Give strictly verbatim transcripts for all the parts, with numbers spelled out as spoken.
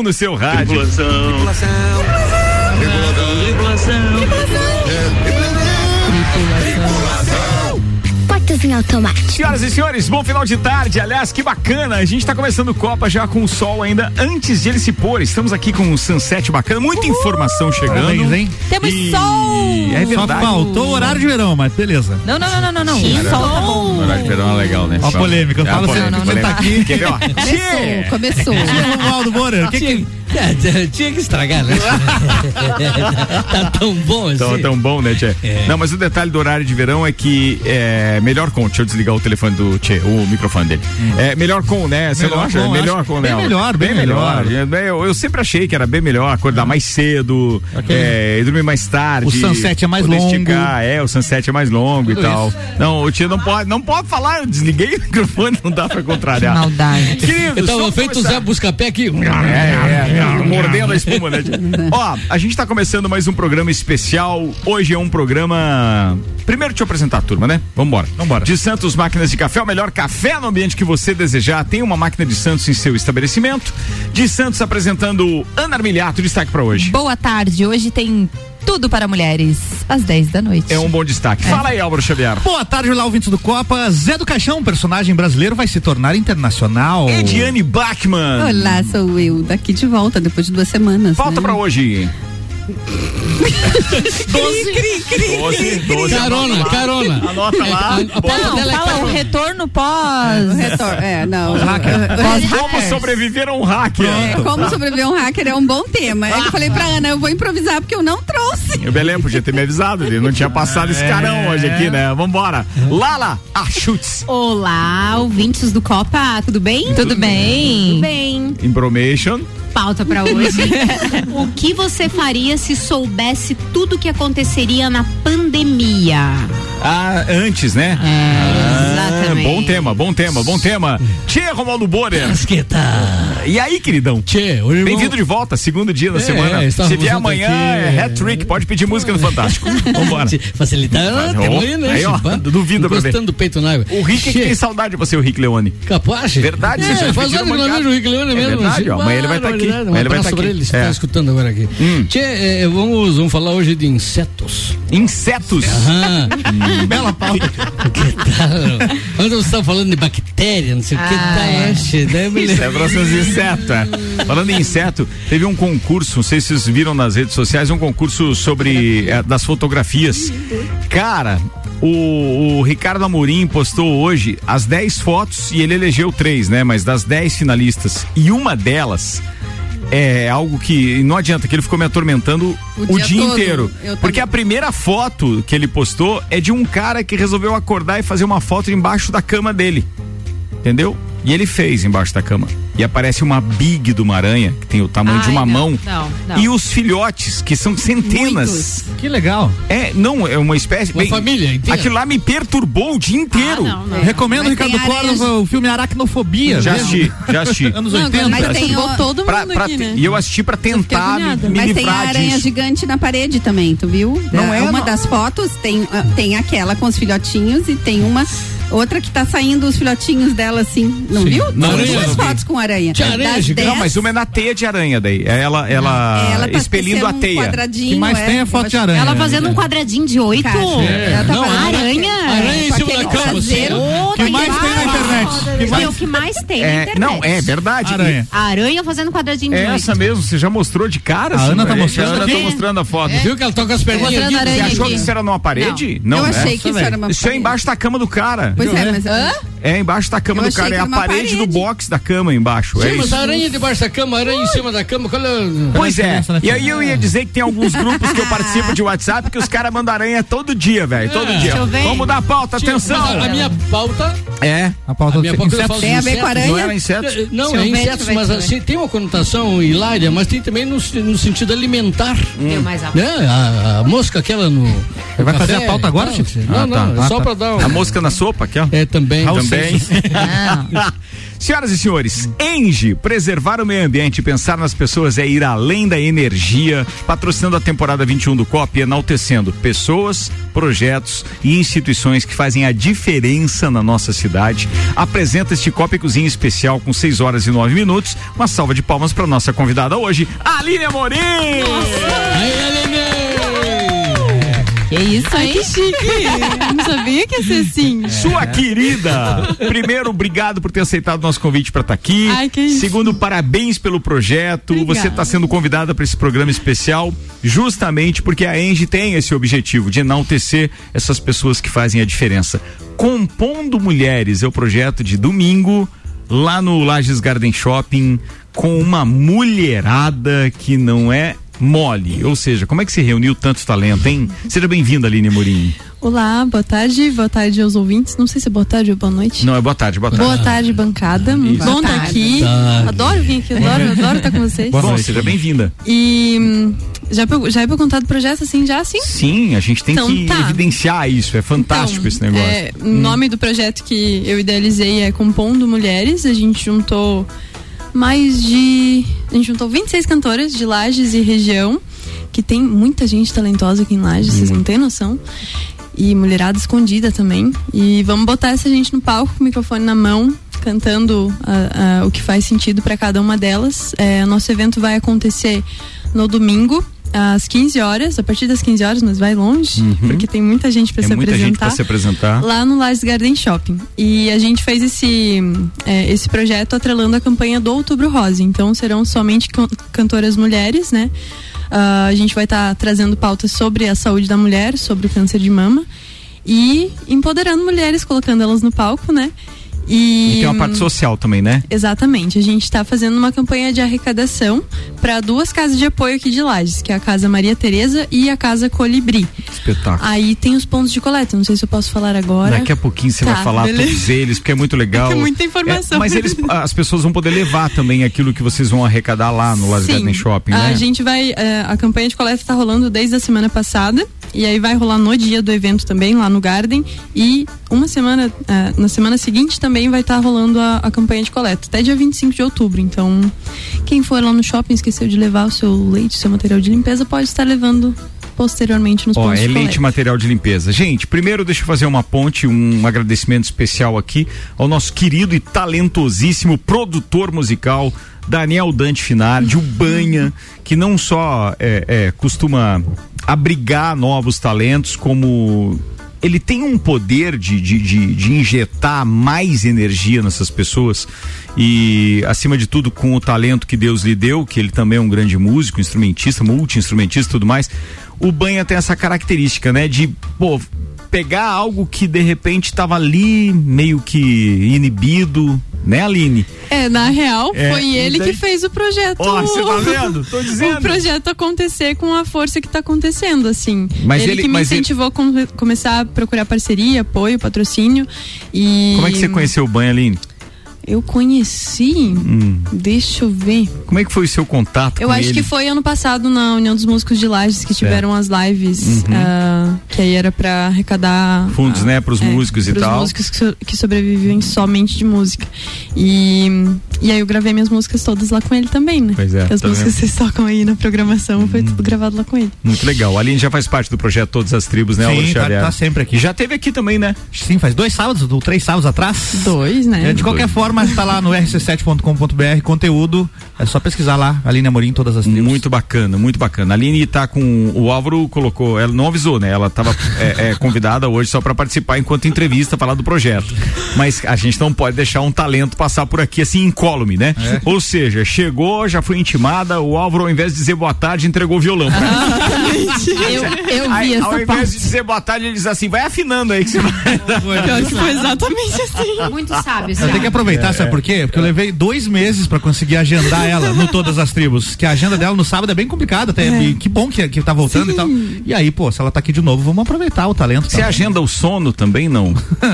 no seu rádio. Tripulação. Tripulação. Tripulação. Portas em automático. Senhoras e senhores, bom final de tarde. Aliás, que bacana. A gente tá começando Copa já com o sol ainda antes de ele se pôr. Estamos aqui com um sunset bacana, muita Uhul. informação chegando. Parabéns, hein? Temos e... sol! É verdade. Só faltou o horário de verão, mas beleza. Não, não, não, não, não, não. Sim, sol tá bom. O horário de verão é legal, né? Ó a polêmica, eu é, falo sempre que você tá aqui. Quer ver, ó? Começou, começou. Tio Romualdo Moura, o que que... É, tinha que estragar, né? Tá tão bom assim. Tão, tão bom, né, Tchê? É. Não, mas o detalhe do horário de verão é que é melhor com. Deixa eu desligar o telefone do Tchê, o microfone dele. Hum. É melhor com, né? Você não acha? Com, melhor acho com, bem né? melhor, bem, bem melhor. melhor. Eu, eu sempre achei que era bem melhor acordar hum. mais cedo, okay. é, e dormir mais tarde. O sunset é mais longo. Esticar, é, o sunset é mais longo Tudo e tal. Isso. Não, o Tchê não pode, não pode falar, eu desliguei o microfone, não dá pra contrariar. Maldade. Querido, eu tava feito o Zé Buscapé aqui. É, é, é, mordendo a espuma, né? Ó, a gente tá começando mais um programa especial. Hoje é um programa. Primeiro, deixa eu apresentar a turma, né? Vambora. Vambora. De Santos Máquinas de Café, o melhor café no ambiente que você desejar. Tem uma máquina de Santos em seu estabelecimento. De Santos apresentando Ana Armiliato, destaque pra hoje. Boa tarde, hoje tem tudo para mulheres, às dez da noite. É um bom destaque. É. Fala aí, Álvaro Xavier. Boa tarde, olá, ouvintes do Copa. Zé do Caixão, personagem brasileiro, vai se tornar internacional. Ediane Bachmann. Olá, sou eu, daqui de volta, depois de duas semanas. Falta, né, pra hoje. doze, cri, cri, doze, doze, carona, carona. Anota lá. É, a, a não, fala, fala o retorno pós. O retorno, é, não. Pós como sobreviver a um hacker. É, como sobreviver a um hacker é um bom tema. Eu falei pra Ana, eu vou improvisar porque eu não trouxe. O Belém podia ter me avisado, ele não tinha passado esse carão hoje aqui, né? Vambora. Lala, a chutes. Olá, ouvintes do Copa, tudo bem? Tudo bem. Tudo bem. Information. Pauta pra hoje. O que você faria se soubesse tudo o que aconteceria na pandemia? Ah, antes, né? É, ah, exatamente. Bom tema, bom tema, bom tema. Tchê, Romualdo Borer. E aí, queridão? Tchê, irmão... Bem-vindo de volta, segundo dia da é, semana. É, se vier amanhã, aqui, é hat-trick, pode pedir música no Fantástico. Vambora. Facilitando, oh, aí, né? Aí, ó, duvida pra ver. Gostando do peito na água. O Rick tem saudade de você, o Rick Leone. Capaz? Verdade, é, você faz hora que não vejo o Rick Leone mesmo. É verdade, ó, amanhã ele vai estar aqui. Um ele vai estar aqui. Ele é. tá escutando agora aqui. Hum. Tchê, é, vamos, vamos falar hoje de insetos. Insetos? Aham. hum. Bela pauta. Que tal? Quando você tá falando de bactéria, não sei o ah, que tal, é. Isso é para seus insetos, é. Falando em inseto, teve um concurso, não sei se vocês viram nas redes sociais, um concurso sobre é, das fotografias. Cara, o, o Ricardo Amorim postou hoje as dez fotos e ele elegeu três, né? Mas das dez finalistas. E uma delas é algo que não adianta, que ele ficou me atormentando o, o dia, dia inteiro. Porque a primeira foto que ele postou é de um cara que resolveu acordar e fazer uma foto embaixo da cama dele. Entendeu? E ele fez embaixo da cama. E aparece uma big de uma aranha, que tem o tamanho Ai, de uma não, mão. Não, não. E os filhotes, que são centenas. Muitos. Que legal. É, não, é uma espécie. Uma bem, família inteira. Aquilo lá me perturbou o dia inteiro. Ah, não, não. Recomendo, Mas Ricardo Córdoba, o filme Aracnofobia. Já mesmo. assisti, já assisti. Anos Não, oitenta. mas Mas tem o, todo mundo pra, pra, aqui, né? E eu assisti pra tentar me, me mas tem a livrar aranha disso. gigante na parede também, tu viu? Não é, Uma não. das fotos tem, tem aquela com os filhotinhos e tem uma outra que tá saindo os filhotinhos dela assim, não Sim. viu? Não, Tem aranha, duas fotos com aranha. Tinha aranha Das gigante. dez, Não, mas uma é na teia de aranha daí. É ela, ela, ela tá expelindo a um teia. quadradinho, que mais é, tem é foto eu de acho- aranha. Ela fazendo um quadradinho de oito. Caixa. É. Ela tá Não, fazendo- aranha. Aranha em com cima da aquele cama, traseiro. assim. O que mais tem na internet? Que É mais... o que mais tem na É, internet. não, é verdade. Aranha. A aranha fazendo quadradinho de É essa oito. mesmo, você já mostrou de cara? A assim, Ana tá velho? mostrando A Ana aqui. tá mostrando a foto. Viu que ela toca as perninhas Mostrando aqui? aranha Você achou aqui. que isso era numa parede? Não, eu né? achei que isso era uma Isso é parede. embaixo da cama do cara. Pois é, mas Hã? É embaixo da cama Eu do achei cara, que é a era uma parede, do parede. box da cama embaixo. Sim, é mas isso. a aranha debaixo da cama, a aranha em cima da cama, qual é? Pois é, diferença, né, e aí eu ia dizer que tem alguns grupos que eu participo de WhatsApp que os caras mandam aranha todo dia, velho, todo É. dia. Deixa eu ver. Vamos mudar a pauta, Tia, atenção. mas A, a minha pauta. É, A pauta A minha do pauta eu insetos. falo de Tem a ver com insetos. aranha? não era insetos? Não, Deixa eu é ver, insetos, deixa eu ver, mas deixa eu assim, tem uma conotação hilária, mas tem também no, no sentido alimentar. Deu mais alto. Né? A, a mosca aquela no. no Vai fazer café a pauta e agora, tal, Chico? assim. Não, Ah, não, tá. é Ah, só tá. pra dar um. A mosca na sopa aqui, ó. É também. Raul também. Não. Senhoras e senhores, Engie, preservar o meio ambiente e pensar nas pessoas é ir além da energia, patrocinando a temporada vinte e um do C O P e enaltecendo pessoas, projetos e instituições que fazem a diferença na nossa cidade. Apresenta este Copa e Cozinha especial com seis horas e nove minutos. Uma salva de palmas para nossa convidada hoje, Aline Amorim! Aí, Aline! Que isso, Ai, hein? que chique. Não sabia que ia ser assim. Sua querida! Primeiro, obrigado por ter aceitado o nosso convite para estar aqui. Ai, que isso. Segundo, parabéns pelo projeto. Obrigada. Você está sendo convidada para esse programa especial justamente porque a Engie tem esse objetivo de enaltecer essas pessoas que fazem a diferença. Compondo Mulheres é o projeto de domingo lá no Lages Garden Shopping com uma mulherada que não é mole, ou seja, como é que se reuniu tanto talento, hein? Seja bem-vinda, Aline Amorim. Olá, boa tarde, boa tarde aos ouvintes. Não sei se é boa tarde ou boa noite. Não, é boa tarde, boa tarde. Boa tarde, bancada. Isso. Bom Boa estar tarde. aqui. Tarde. Adoro vir aqui, adoro, adoro estar com vocês. Bom, noite, seja bem-vinda. E hum, já, pra- já é pra contar do projeto assim, já assim? Sim, a gente tem Então, que tá. evidenciar isso, é fantástico Então, esse negócio. é, o nome do projeto que eu idealizei é Compondo Mulheres. A gente juntou mais de... A gente juntou vinte e seis cantoras de Lages e região, que tem muita gente talentosa aqui em Lages, vocês não têm noção. E mulherada escondida também. E vamos botar essa gente no palco com o microfone na mão, cantando ah, ah, o que faz sentido para cada uma delas. É, nosso evento vai acontecer no domingo, às quinze horas, a partir das quinze horas, mas vai longe, porque tem muita gente para É se muita apresentar. gente para se apresentar. Lá no Lages Garden Shopping. E a gente fez esse, é, esse projeto atrelando a campanha do Outubro Rosa. Então serão somente can- cantoras mulheres, né? Ah, a gente vai estar tá trazendo pautas sobre a saúde da mulher, sobre o câncer de mama e empoderando mulheres, colocando elas no palco, né? E, E tem uma parte social também, né? Exatamente, a gente está fazendo uma campanha de arrecadação para duas casas de apoio aqui de Lages, que é a Casa Maria Tereza e a Casa Colibri. Espetáculo. Aí tem os pontos de coleta, não sei se eu posso falar agora. Daqui a pouquinho você Tá, vai falar beleza. todos eles, porque é muito legal. É que é muita informação. É, mas eles, as pessoas vão poder levar também aquilo que vocês vão arrecadar lá no Lages Sim, Garden Shopping, a né? gente vai, eh, a campanha de coleta está rolando desde a semana passada e aí vai rolar no dia do evento também lá no Garden e uma semana, eh, na semana seguinte também vai estar rolando a, a campanha de coleta, até dia vinte e cinco de outubro. Então, quem for lá no shopping e esqueceu de levar o seu leite, o seu material de limpeza, pode estar levando posteriormente nos Ó, pontos é de leite coleta. e material de limpeza. Gente, primeiro deixa eu fazer uma ponte, um agradecimento especial aqui ao nosso querido e talentosíssimo produtor musical, Daniel Dante Finardi, o Banha, que não só é, é, costuma abrigar novos talentos, como ele tem um poder de, de, de, de injetar mais energia nessas pessoas e, acima de tudo, com o talento que Deus lhe deu, que ele também é um grande músico, instrumentista, multi-instrumentista e tudo mais. O Banha tem essa característica, né, de, pô, pegar algo que de repente estava ali meio que inibido, né, Aline? É, na real, É, foi ele daí- que fez o projeto. Ó, você tá vendo? Tô dizendo. O projeto acontecer com a força que tá acontecendo, assim. Mas ele, ele- que me mas ele- incentivou a come- começar a procurar parceria, apoio, patrocínio. E Como é que você conheceu o Banha, Aline? Eu conheci, deixa eu ver. Como é que foi o seu contato Eu com acho ele? que foi ano passado na União dos Músicos de Lages que tiveram as lives, ah, que aí era pra arrecadar Fundos, ah, né, pros músicos e pros tal. músicos que, so- que sobrevivem somente de música. E, e aí eu gravei minhas músicas todas lá com ele também, né? Pois é, Porque as tá músicas que vendo? vocês tocam aí na programação foi tudo gravado lá com ele. Muito legal. A Aline já faz parte do projeto Todas as Tribos, né, Álvaro Sim, tá, Xavier? tá sempre aqui. E já teve aqui também, né? Sim, faz dois sábados, ou três sábados atrás. Dois, né? É, de qualquer forma, está lá no r c sete ponto com ponto b r, conteúdo, é só pesquisar lá, Aline Amorim, todas as tribos. Muito bacana, muito bacana. A Aline tá com, o Álvaro colocou, ela não avisou, né? Ela tava é, é, convidada hoje só para participar enquanto entrevista, falar do projeto. Mas a gente não pode deixar um talento passar por aqui assim, incólume, né? É. Ou seja, chegou, já foi intimada, o Álvaro, ao invés de dizer boa tarde, entregou o violão pra ela. Eu, eu vi Aí, essa ao invés parte. de dizer boa tarde, ele diz assim, vai afinando aí que você vai. Pior que foi exatamente assim. Muito sábio, Eu tenho que sabe? aproveitar, sabe por quê? Porque eu levei dois meses pra conseguir agendar ela no Todas as Tribos. Que a agenda dela no sábado é bem complicada, até. E que bom que, que tá voltando e tal. E aí, pô, se ela tá aqui de novo, vamos aproveitar o talento. Você tá? agenda o sono também, não?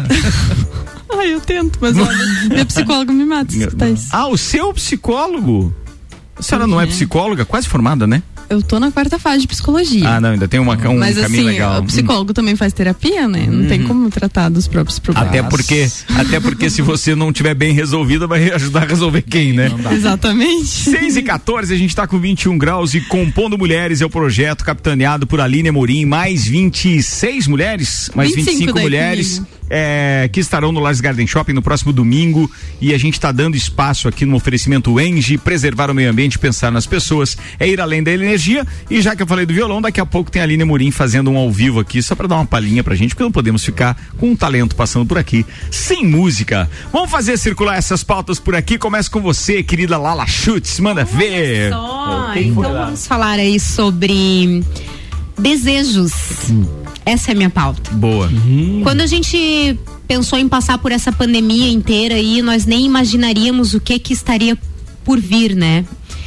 Ai, eu tento, mas olha, meu psicólogo me mata se escutar isso. Ah, o seu psicólogo? A senhora não é psicóloga? Quase formada, né? eu tô na quarta fase de psicologia. Ah, não, ainda tem uma, um Mas, caminho assim, legal. O psicólogo hum. também faz terapia, né? Não hum. tem como tratar dos próprios problemas. Até porque, até porque se você não tiver bem resolvido, vai ajudar a resolver quem, né? Exatamente. seis e quatorze, a gente tá com vinte e um graus e Compondo Mulheres é o projeto capitaneado por Aline Amorim, mais vinte e seis mulheres, mais vinte e cinco mulheres. É, que estarão no Lages Garden Shopping no próximo domingo, e a gente está dando espaço aqui no oferecimento Engie, preservar o meio ambiente, pensar nas pessoas, é ir além da energia. E já que eu falei do violão, daqui a pouco tem a Aline Amorim fazendo um ao vivo aqui, só para dar uma palhinha pra gente, porque não podemos ficar com um talento passando por aqui sem música. Vamos fazer circular essas pautas por aqui. Começa com você, querida Lala Schutz, manda Olha ver. Só. Então vamos falar aí sobre desejos. Hum. Essa é a minha pauta. Boa. Uhum. Quando a gente pensou em passar por essa pandemia inteira aí, nós nem imaginaríamos o que que estaria por vir, né?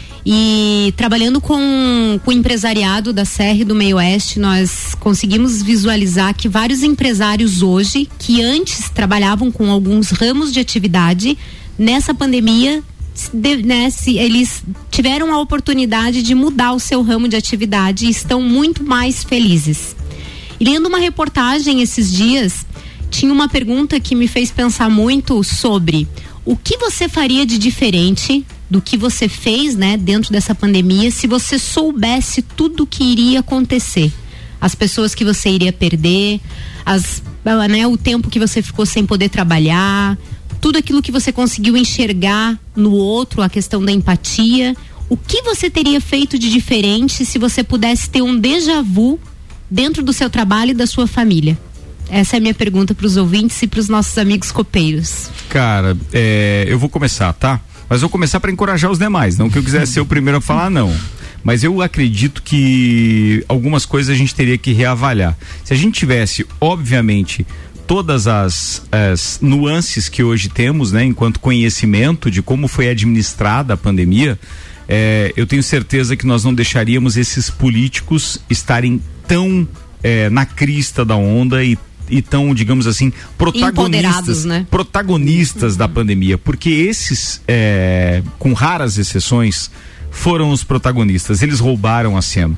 E trabalhando com, com o empresariado da Serra e do Meio Oeste, nós conseguimos visualizar que vários empresários hoje, que antes trabalhavam com alguns ramos de atividade, nessa pandemia, de, né, se, eles tiveram a oportunidade de mudar o seu ramo de atividade e estão muito mais felizes. E lendo uma reportagem esses dias, tinha uma pergunta que me fez pensar muito sobre o que você faria de diferente do que você fez, né, dentro dessa pandemia, se você soubesse tudo o que iria acontecer. As pessoas que você iria perder, as, né, o tempo que você ficou sem poder trabalhar, tudo aquilo que você conseguiu enxergar no outro, a questão da empatia. O que você teria feito de diferente se você pudesse ter um déjà vu dentro do seu trabalho e da sua família? Essa é a minha pergunta para os ouvintes e para os nossos amigos copeiros. Cara, é, eu vou começar, tá? Mas vou começar para encorajar os demais, não que eu quisesse ser o primeiro a falar, não. Mas eu acredito que algumas coisas a gente teria que reavaliar. Se a gente tivesse, obviamente, todas as, as nuances que hoje temos, né, enquanto conhecimento de como foi administrada a pandemia, é, eu tenho certeza que nós não deixaríamos esses políticos estarem tão é, na crista da onda e, e tão, digamos assim, protagonistas, né? protagonistas uhum. da pandemia, porque esses, é, com raras exceções, foram os protagonistas. Eles roubaram a cena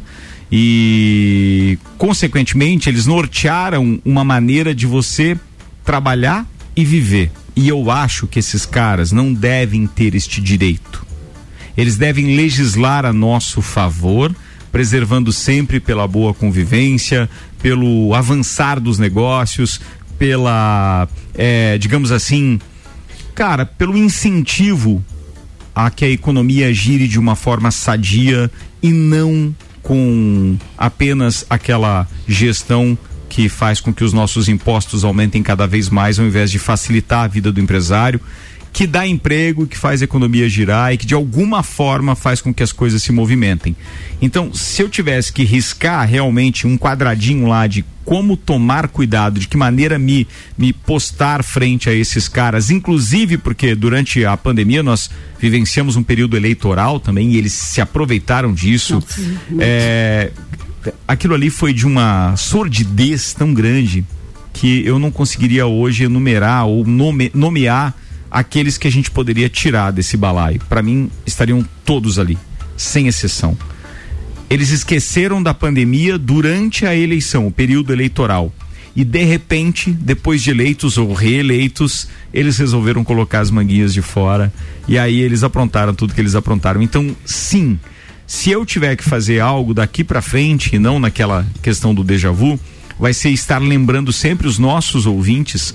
e, consequentemente, eles nortearam uma maneira de você trabalhar e viver. E eu acho que esses caras não devem ter este direito. Eles devem legislar a nosso favor, preservando sempre pela boa convivência, pelo avançar dos negócios, pela, é, digamos assim, cara, pelo incentivo a que a economia gire de uma forma sadia e não com apenas aquela gestão que faz com que os nossos impostos aumentem cada vez mais, ao invés de facilitar a vida do empresário, que dá emprego, que faz a economia girar e que de alguma forma faz com que as coisas se movimentem. Então, se eu tivesse que riscar realmente um quadradinho lá de como tomar cuidado, de que maneira me, me postar frente a esses caras, inclusive porque durante a pandemia nós vivenciamos um período eleitoral também e eles se aproveitaram disso. Nossa, é, aquilo ali foi de uma sordidez tão grande que eu não conseguiria hoje enumerar ou nome, nomear aqueles que a gente poderia tirar desse balaio. Para mim, estariam todos ali, sem exceção. Eles esqueceram da pandemia durante a eleição, o período eleitoral. E, de repente, depois de eleitos ou reeleitos, eles resolveram colocar as manguinhas de fora. E aí eles aprontaram tudo que eles aprontaram. Então, sim, se eu tiver que fazer algo daqui para frente, e não naquela questão do déjà vu, vai ser estar lembrando sempre os nossos ouvintes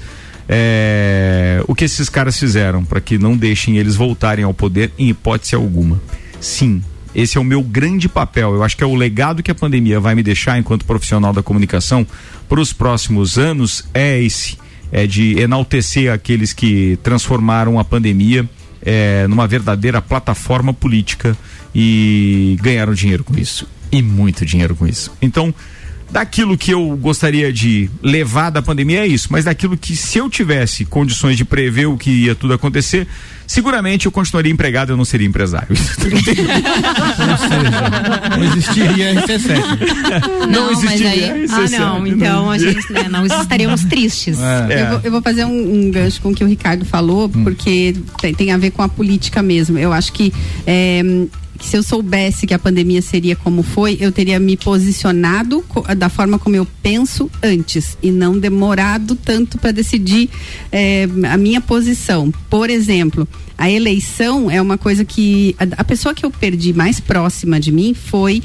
É, o que esses caras fizeram para que não deixem eles voltarem ao poder em hipótese alguma. Sim, esse é o meu grande papel. Eu acho que é o legado que a pandemia vai me deixar enquanto profissional da comunicação para os próximos anos, é esse, é de enaltecer aqueles que transformaram a pandemia é, numa verdadeira plataforma política e ganharam dinheiro com isso, e muito dinheiro com isso. Então, daquilo que eu gostaria de levar da pandemia é isso, mas daquilo que, se eu tivesse condições de prever o que ia tudo acontecer, seguramente eu continuaria empregado, eu não seria empresário. Ou seja, não existiria R C sete. Não, não existiria aí, R C sete. Ah, não, então a gente, né, não estaríamos tristes. É. Eu, vou, eu vou fazer um, um gancho com o que o Ricardo falou, hum. porque tem, tem a ver com a política mesmo. Eu acho que é, que se eu soubesse que a pandemia seria como foi, eu teria me posicionado da forma como eu penso antes e não demorado tanto para decidir eh, a minha posição. Por exemplo, a eleição é uma coisa que a, a pessoa que eu perdi mais próxima de mim foi,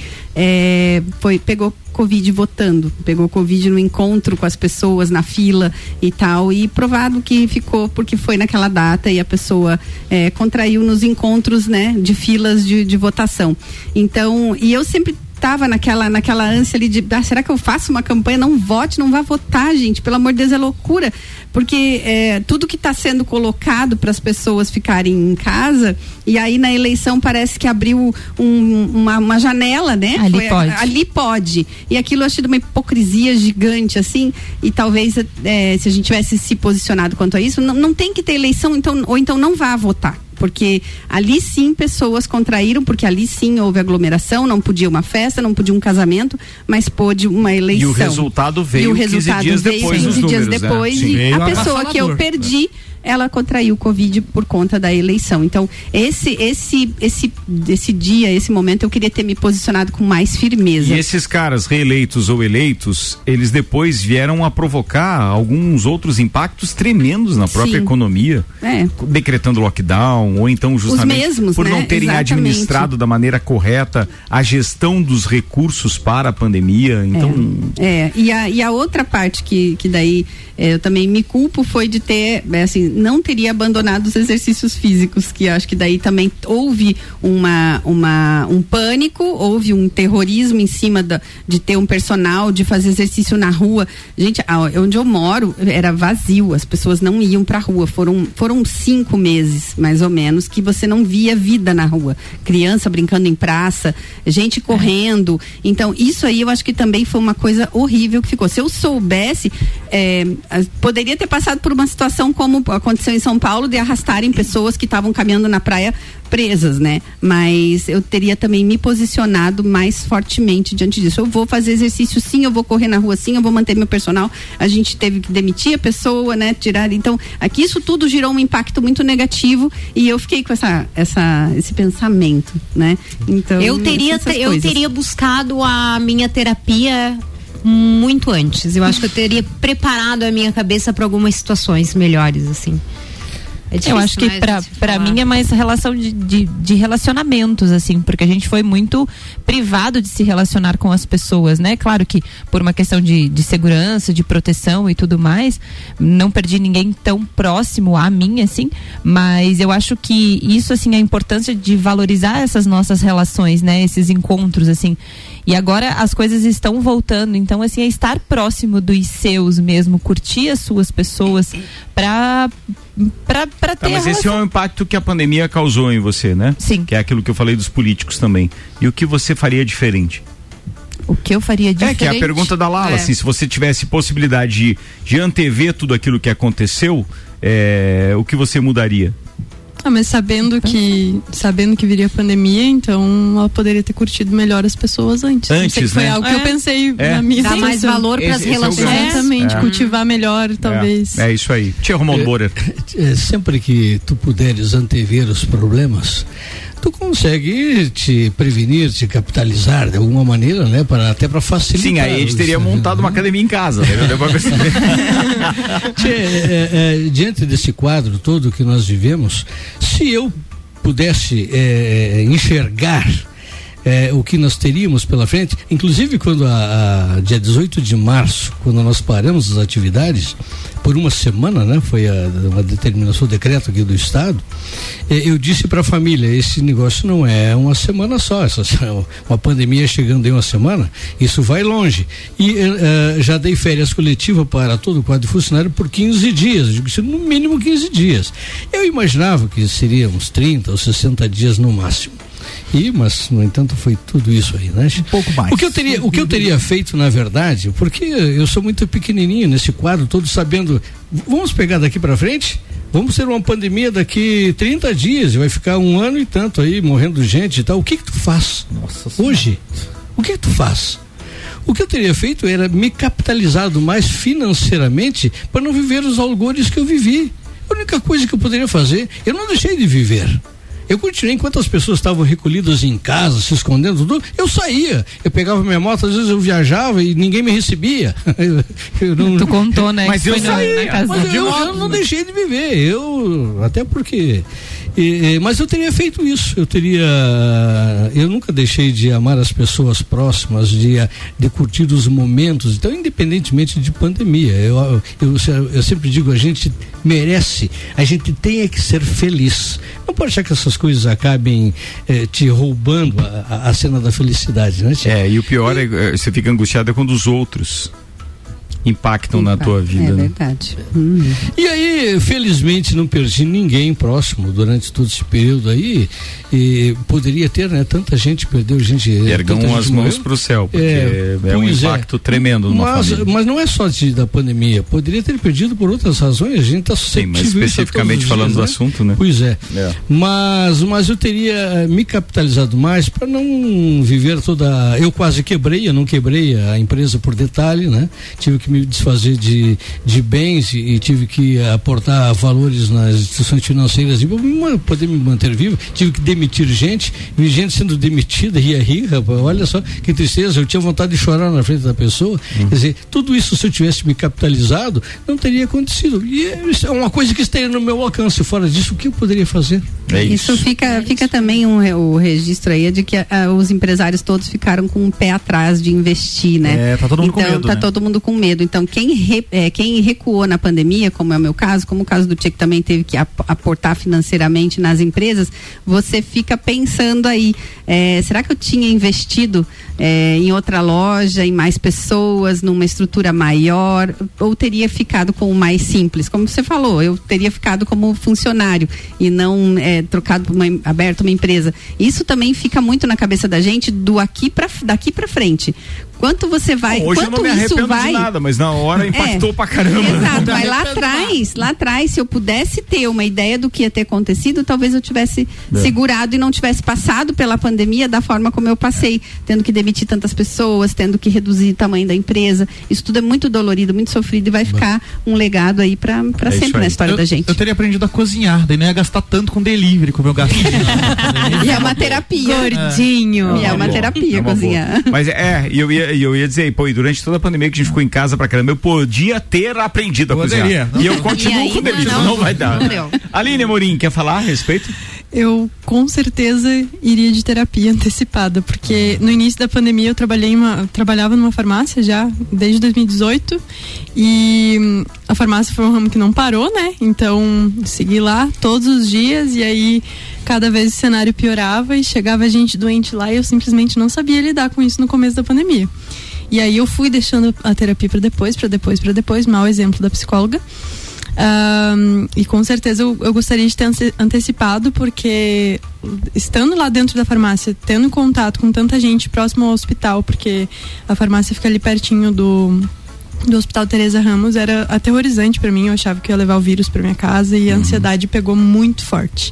é, foi pegou Covid votando, pegou Covid no encontro com as pessoas, na fila e tal, e provado que ficou porque foi naquela data e a pessoa é, contraiu nos encontros, né, de filas de, de votação. Então, e eu sempre estava naquela, naquela ânsia ali de, ah, será que eu faço uma campanha? Não vote, não vá votar, gente, pelo amor de Deus, é loucura, porque é, tudo que está sendo colocado para as pessoas ficarem em casa, e aí na eleição parece que abriu um, uma, uma janela, né? Ali Foi, pode. Ali pode, e aquilo eu achei de uma hipocrisia gigante, assim, e talvez é, se a gente tivesse se posicionado quanto a isso, não, não tem que ter eleição, então, ou então não vá votar. Porque ali sim pessoas contraíram, porque ali sim houve aglomeração, não podia uma festa, não podia um casamento, mas pôde uma eleição. E o resultado veio e o resultado quinze dias veio depois quinze dos dias números, depois, né? e Veio a pessoa que eu avassalador. perdi, ela contraiu o Covid por conta da eleição. Então, esse, esse, esse, esse dia, esse momento, eu queria ter me posicionado com mais firmeza. E esses caras reeleitos ou eleitos, eles depois vieram a provocar alguns outros impactos tremendos na própria Sim. economia, É. decretando lockdown, ou então justamente mesmos, por né? não terem Exatamente. administrado da maneira correta a gestão dos recursos para a pandemia. Então, É, é. E, a, e a outra parte que, que daí é, eu também me culpo foi de ter, é, assim, não teria abandonado os exercícios físicos, que acho que daí também houve uma, uma, um pânico, houve um terrorismo em cima da, de ter um personal, de fazer exercício na rua. Gente, onde eu moro era vazio, as pessoas não iam pra rua, foram, foram cinco meses, mais ou menos, que você não via vida na rua, criança brincando em praça, gente correndo, então isso aí eu acho que também foi uma coisa horrível que ficou. Se eu soubesse, é, poderia ter passado por uma situação como aconteceu em São Paulo, de arrastarem pessoas que estavam caminhando na praia presas, né? Mas eu teria também me posicionado mais fortemente diante disso. Eu vou fazer exercício sim, eu vou correr na rua sim, eu vou manter meu personal. A gente teve que demitir a pessoa, né? Tirar, então, aqui isso tudo gerou um impacto muito negativo e eu fiquei com essa, essa, esse pensamento, né? Então, eu teria, essas eu coisas. teria buscado a minha terapia muito antes. Eu acho que eu teria preparado a minha cabeça para algumas situações melhores, assim. É difícil, eu acho que né, pra, de pra falar. mim é mais relação de, de, de relacionamentos, assim, porque a gente foi muito privado de se relacionar com as pessoas, né? Claro que por uma questão de, de segurança, de proteção e tudo mais, não perdi ninguém tão próximo a mim, assim, mas eu acho que isso, assim, a importância de valorizar essas nossas relações, né? Esses encontros, assim. E agora as coisas estão voltando, então, assim, é estar próximo dos seus mesmo, curtir as suas pessoas pra Pra, pra ter tá, mas a esse é relação. o impacto que a pandemia causou em você, né? Sim. Que é aquilo que eu falei dos políticos também. E o que você faria diferente? O que eu faria diferente? É que é a pergunta da Lala, É. assim, se você tivesse possibilidade de, de antever tudo aquilo que aconteceu, é, o que você mudaria? Ah, mas sabendo que sabendo que viria a pandemia, então ela poderia ter curtido melhor as pessoas antes. Antes, Não sei, foi né? algo que É. eu pensei É. na minha Dar mais situação. valor para as Esse- esse é o relações. grande- Exatamente, É. cultivar melhor, talvez. É, é isso aí. Tia Romualdo Borer. É, sempre que tu puderes antever os problemas, tu consegue te prevenir, te capitalizar de alguma maneira, né? Para, até para facilitar. Sim, aí a gente os- teria montado uma academia em casa. Né? Deu pra perceber. Tchê, é, é, diante desse quadro todo que nós vivemos, se eu pudesse é, enxergar é, o que nós teríamos pela frente, inclusive quando a, a dia dezoito de março, quando nós paramos as atividades por uma semana, né? Foi a, uma determinação, decreto aqui do estado, é, eu disse para a família, esse negócio não é uma semana só, essa, uma pandemia chegando em uma semana, isso vai longe, e é, já dei férias coletivas para todo o quadro de funcionário por quinze dias, eu digo isso no mínimo quinze dias, eu imaginava que seria uns trinta ou sessenta dias no máximo. E, mas, no entanto, foi tudo isso aí, né? Um pouco mais. O que eu teria, o que eu teria feito, na verdade, porque eu sou muito pequenininho nesse quadro todo, sabendo, vamos pegar daqui para frente, vamos ter uma pandemia daqui trinta dias, e vai ficar um ano e tanto aí, morrendo gente e tal. O que que tu faz? Nossa Hoje? O que que tu faz? O que eu teria feito era me capitalizado mais financeiramente para não viver os algores que eu vivi. A única coisa que eu poderia fazer, eu não deixei de viver. Eu continuei, enquanto as pessoas estavam recolhidas em casa, se escondendo, tudo, eu saía. Eu pegava minha moto, às vezes eu viajava e ninguém me recebia. Eu, eu não, tu contou, né? Mas eu saí, na casa. mas eu, eu não deixei de viver. Eu, até porque... E, e, mas eu teria feito isso, eu teria, eu nunca deixei de amar as pessoas próximas, de, de curtir os momentos, então independentemente de pandemia, eu, eu, eu sempre digo, a gente merece, a gente tem que ser feliz, não pode achar que essas coisas acabem eh, te roubando a, a cena da felicidade, né? É, e o pior e, é, você fica angustiado é quando os outros impactam Impacto. na tua vida. É né? verdade. Hum. E aí, felizmente, não perdi ninguém próximo durante todo esse período aí. E poderia ter, né? Tanta gente perdeu gente. Ergam as mãos para o céu, porque é, é um impacto é. tremendo numa mas, família. Mas não é só de, da pandemia. Poderia ter perdido por outras razões. A gente está suscetível. Sim, mas especificamente falando dias, do né? assunto, né? Pois é. é. Mas, mas eu teria me capitalizado mais para não viver toda. Eu quase quebrei, eu não quebrei a empresa por detalhe, né? Tive que me desfazer de, de bens e, e tive que aportar valores nas instituições financeiras para poder me manter vivo. Tive que demitir gente, vi gente sendo demitida, e aí, rapaz, olha só que tristeza, eu tinha vontade de chorar na frente da pessoa. Uhum. Quer dizer, tudo isso, se eu tivesse me capitalizado, não teria acontecido. E é uma coisa que estaria no meu alcance. Fora disso, o que eu poderia fazer? É isso. isso fica, é fica isso. também um, o registro aí de que a, os empresários todos ficaram com o pé atrás de investir, né? É, tá todo mundo então, com medo. Tá né? todo mundo com medo. Então, quem, re, é, quem recuou na pandemia, como é o meu caso, como o caso do Tchê, que também teve que ap, aportar financeiramente nas empresas, você fica pensando aí, é, será que eu tinha investido é, em outra loja, em mais pessoas, numa estrutura maior, ou teria ficado com o mais simples? Como você falou, eu teria ficado como funcionário e não é, trocado, uma, aberto uma empresa. Isso também fica muito na cabeça da gente do aqui pra, daqui para frente. Quanto você vai, Bom, hoje quanto eu não me isso arrependo vai... de nada, mas na hora impactou é, pra caramba. Exato, mas lá atrás, lá atrás, se eu pudesse ter uma ideia do que ia ter acontecido, talvez eu tivesse é. segurado e não tivesse passado pela pandemia da forma como eu passei, tendo que demitir tantas pessoas, tendo que reduzir o tamanho da empresa. Isso tudo é muito dolorido, muito sofrido e vai ficar um legado aí pra, pra é sempre na história eu, da gente. Eu teria aprendido a cozinhar, daí não ia gastar tanto com delivery, como eu gasto. E é uma terapia. Gordinho. E é uma terapia cozinhar. Mas é, e eu ia, eu ia dizer, pô, e durante toda a pandemia que a gente ficou em casa pra caramba, eu podia ter aprendido a Poderia. cozinhar. E eu continuo e com delírio, não, não, não vai dar. Não Aline Amorim, quer falar a respeito? Eu com certeza iria de terapia antecipada, porque no início da pandemia eu trabalhei em uma, eu trabalhava numa farmácia já desde dois mil e dezoito e a farmácia foi um ramo que não parou, né? Então segui lá todos os dias e aí cada vez o cenário piorava e chegava gente doente lá e eu simplesmente não sabia lidar com isso no começo da pandemia. E aí eu fui deixando a terapia para depois, para depois, para depois, mau exemplo da psicóloga. Um, e com certeza eu, eu gostaria de ter antecipado, porque estando lá dentro da farmácia, tendo contato com tanta gente próximo ao hospital, porque a farmácia fica ali pertinho do do Hospital Teresa Ramos, era aterrorizante para mim. Eu achava que eu ia levar o vírus para minha casa e a ansiedade pegou muito forte.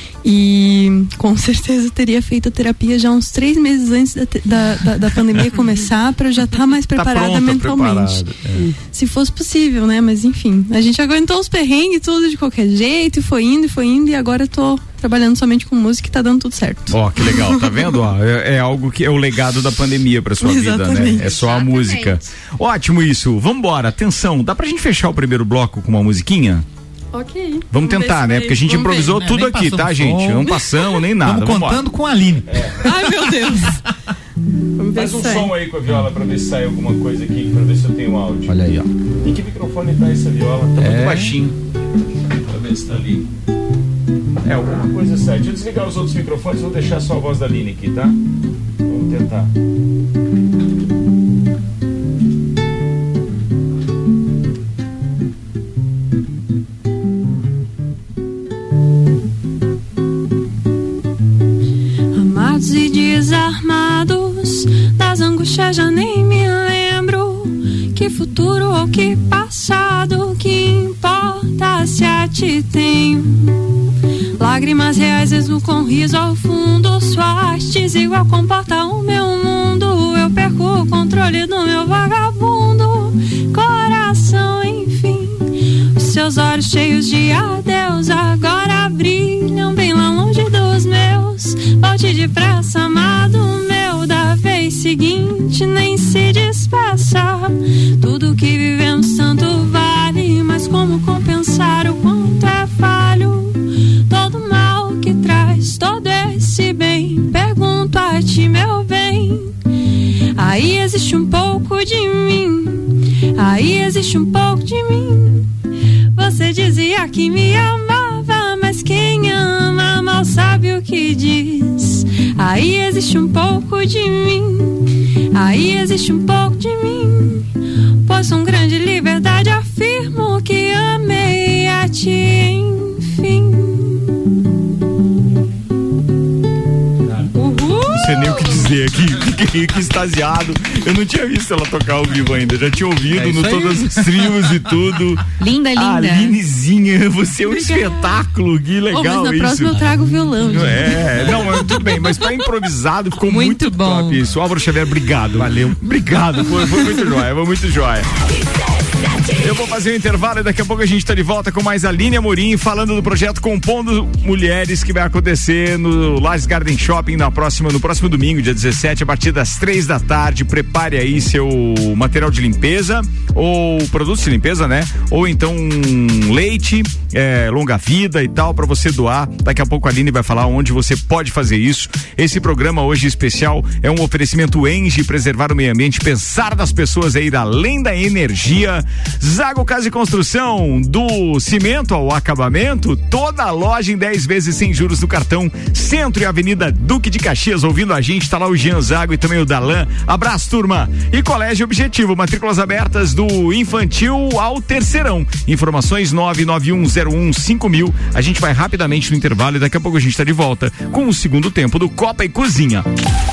E com certeza teria feito a terapia já uns três meses antes da, da, da, da pandemia começar, para eu já estar tá mais preparada tá pronta, mentalmente. É. Se fosse possível, né? Mas enfim, a gente aguentou os perrengues tudo de qualquer jeito, e foi indo, e foi indo, e agora eu tô trabalhando somente com música e tá dando tudo certo. Ó, oh, que legal, tá vendo? Ó, é, é algo que é o legado da pandemia pra sua Exatamente. vida, né? É só a Exatamente. música. Ótimo isso. Vambora, atenção, dá pra gente fechar o primeiro bloco com uma musiquinha? Ok. Vamos, vamos tentar, né? Porque a gente improvisou ver, tudo né? aqui, tá, gente? Não passamos nem nada. Estamos contando com a Aline. É. Ai, meu Deus. Vamos ver. Faz um som aí com a viola pra ver se sai alguma coisa aqui, pra ver se eu tenho áudio. Olha aí, ó. Em que microfone tá essa viola? Tá é. muito baixinho. Pra ver se tá ali. É, alguma coisa sai. Deixa eu desligar os outros microfones, vou deixar só a voz da Aline aqui, tá? Vamos tentar. E desarmados, das angústias já nem me lembro. Que futuro ou que passado, que importa se a ti tenho? Lágrimas reais exo com riso ao fundo, sua hastes igual comporta o meu mundo. Eu perco o controle do meu vagabundo coração, enfim. Os seus olhos cheios de adeus agora brilham bem lá longe dos diz, volte depressa, amado meu, da vez seguinte nem se despeça. Tudo que vivemos tanto vale, mas como compensar o quanto é falho? Todo mal que traz todo esse bem, pergunto a ti, meu bem. Aí existe um pouco de mim, aí existe um pouco de mim. Você dizia que me amava, mas quem ama mal sabe o que diz. Aí existe um pouco de mim, aí existe um pouco de mim. Pois com grande liberdade afirmo que amei a ti, enfim. Não sei nem o que dizer aqui, fiquei aqui extasiado. Eu não tinha visto ela tocar ao vivo ainda, já tinha ouvido é no todas as trios e tudo. Linda, linda. Alinezinha, você é um espetáculo, que legal. Oh, mas na isso. próxima eu trago violão. Gente. É, não, mas tudo bem, mas pra improvisado ficou muito, muito bom. Top isso. Álvaro Xavier, obrigado. Valeu. Obrigado, foi, foi muito jóia, foi muito jóia. Eu vou fazer um intervalo e daqui a pouco a gente tá de volta com mais Aline Amorim falando do projeto Compondo Mulheres que vai acontecer no Lages Garden Shopping na próxima, no próximo domingo, dia dezessete, a partir das três da tarde. Prepare aí seu material de limpeza ou produtos de limpeza, né? Ou então um leite, é, longa vida e tal, para você doar. Daqui a pouco a Aline vai falar onde você pode fazer isso. Esse programa hoje especial é um oferecimento Engie, preservar o meio ambiente, pensar nas pessoas, é ir além da energia. Zago Casa e Construção, do cimento ao acabamento, toda a loja em dez vezes sem juros no cartão. Centro e Avenida Duque de Caxias, ouvindo a gente, tá lá o Jean Zago e também o Dalan. Abraço, turma. E Colégio Objetivo, matrículas abertas do infantil ao terceirão. Informações nove nove um zero um cinco mil. A gente vai rapidamente no intervalo e daqui a pouco a gente tá de volta com o segundo tempo do Copa e Cozinha.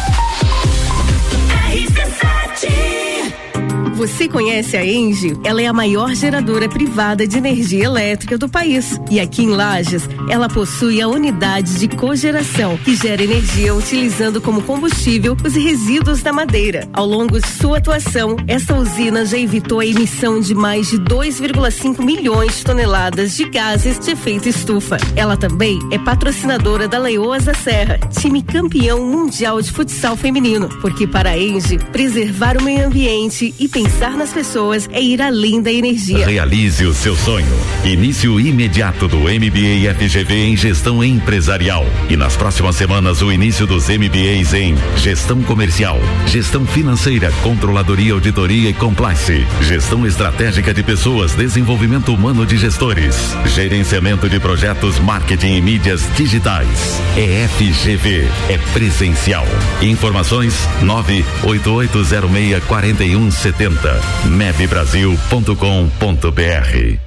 Você conhece a Engie? Ela é a maior geradora privada de energia elétrica do país. E aqui em Lages, ela possui a unidade de cogeração, que gera energia utilizando como combustível os resíduos da madeira. Ao longo de sua atuação, essa usina já evitou a emissão de mais de dois vírgula cinco milhões de toneladas de gases de efeito estufa. Ela também é patrocinadora da Leoas da Serra, time campeão mundial de futsal feminino. Porque para a Engie, preservar o meio ambiente e pensar Pensar nas pessoas é ir além da energia. Realize o seu sonho. Início imediato do M B A F G V em Gestão Empresarial. E nas próximas semanas o início dos M B As em Gestão Comercial, Gestão Financeira, Controladoria, Auditoria e Compliance, Gestão Estratégica de Pessoas, Desenvolvimento Humano de Gestores, Gerenciamento de Projetos, Marketing e Mídias Digitais. E F G V é presencial. Informações nove oito oito zero seis quatro um sete zero. meb brasil ponto com ponto br. É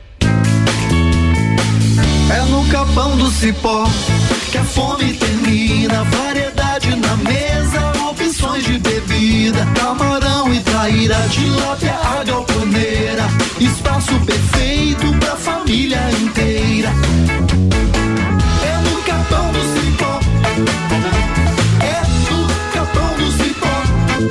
no Capão do Cipó que a fome termina, variedade na mesa, opções de bebida, camarão e traíra, tilápia, a galponeira, espaço perfeito pra família inteira. É no Capão do Cipó, é no Capão do Cipó.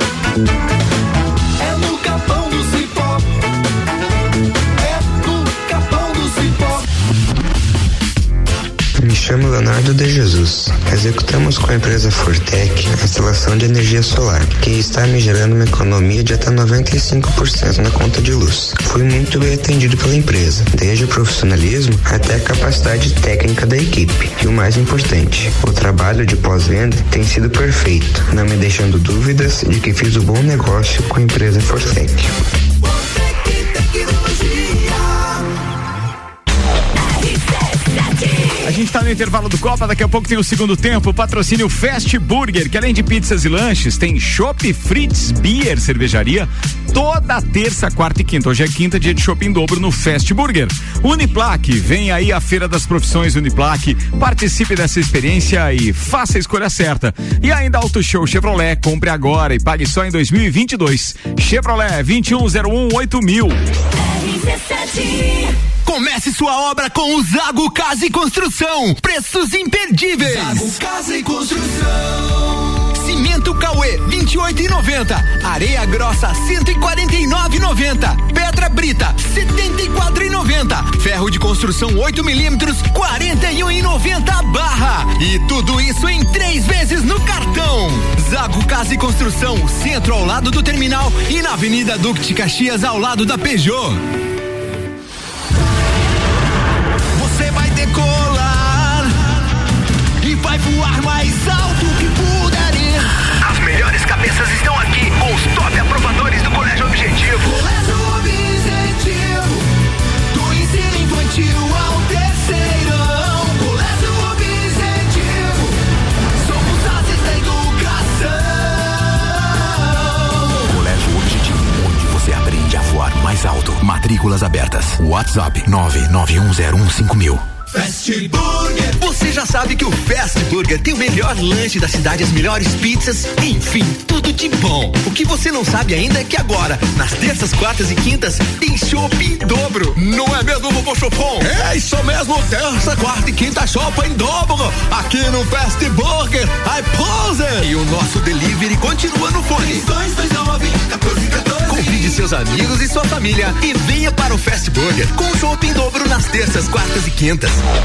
Me chamo Leonardo de Jesus. Executamos com a empresa Fortec a instalação de energia solar, que está me gerando uma economia de até noventa e cinco por cento na conta de luz. Fui muito bem atendido pela empresa, desde o profissionalismo até a capacidade técnica da equipe. E o mais importante, o trabalho de pós-venda tem sido perfeito, não me deixando dúvidas de que fiz o bom negócio com a empresa Fortec. A gente tá no intervalo do Copa, daqui a pouco tem o segundo tempo, patrocínio Fast Burger, que além de pizzas e lanches, tem Chopp Fritz Beer Cervejaria, toda terça, quarta e quinta. Hoje é quinta, dia de shopping em dobro no Fast Burger. Uniplaque, vem aí a Feira das Profissões Uniplaque, participe dessa experiência e faça a escolha certa. E ainda Auto Show Chevrolet, compre agora e pague só em dois mil e vinte e dois. Chevrolet vinte e um zero um oito mil. Comece sua obra com o Zago Casa e Construção. Preços imperdíveis. Zago Casa e Construção. Cimento Cauê, vinte e oito e noventa. Areia grossa, cento e quarenta e nove e noventa. Pedra brita, setenta e quatro e noventa. Ferro ferro de construção oito milímetros, quarenta e um e noventa barra. E tudo isso em três vezes no cartão. Zago Casa e Construção, centro ao lado do terminal e na Avenida Duque de Caxias ao lado da Peugeot. Você vai decolar e vai voar mais alto que puder ir. As melhores cabeças estão aqui com os top aprovadores do Colégio Objetivo. Colégio Objetivo, do ensino infantil ao terceirão. Colégio Objetivo, somos ases da educação. Colégio Objetivo, onde você aprende a voar mais alto. Matrículas abertas. WhatsApp nove nove um zero um cinco mil. Fast Burger. Você já sabe que o Fast Burger tem o melhor lanche da cidade, as melhores pizzas, enfim, tudo de bom. O que você não sabe ainda é que agora, nas terças, quartas e quintas, tem chopp em dobro. Não é mesmo, vovô Chopon? É isso mesmo, terça, quarta e quinta, chopp em dobro. Aqui no Fast Burger, I pose. E o nosso delivery continua no fone. dois dois nove, quatorze quatorze. Convide seus amigos e sua família e venha para o Fast Burger com chopp em dobro nas terças, quartas e quintas.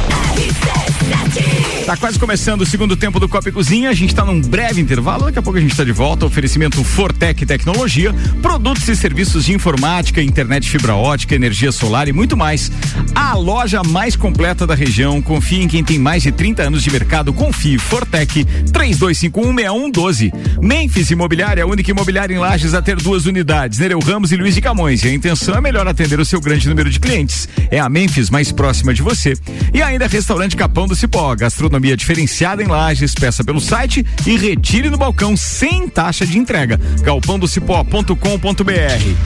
Tá quase começando o segundo tempo do Copa e Cozinha. A gente tá num breve intervalo. Daqui a pouco a gente tá de volta. Oferecimento Fortec Tecnologia, produtos e serviços de informática, internet fibra ótica, energia solar e muito mais. A loja mais completa da região. Confie em quem tem mais de trinta anos de mercado. Confie. Fortec três dois cinco um seis um um doze. Memphis Imobiliária, a única imobiliária em Lages a ter duas unidades, Nereu Ramos e Luiz de Camões. E a intenção é melhor atender o seu grande número de clientes. É a Memphis mais próxima de você. E ainda Restaurante Capão do Cipó, gastronomia diferenciada em Lages. Peça pelo site e retire no balcão sem taxa de entrega. galpão do cipó ponto com ponto br.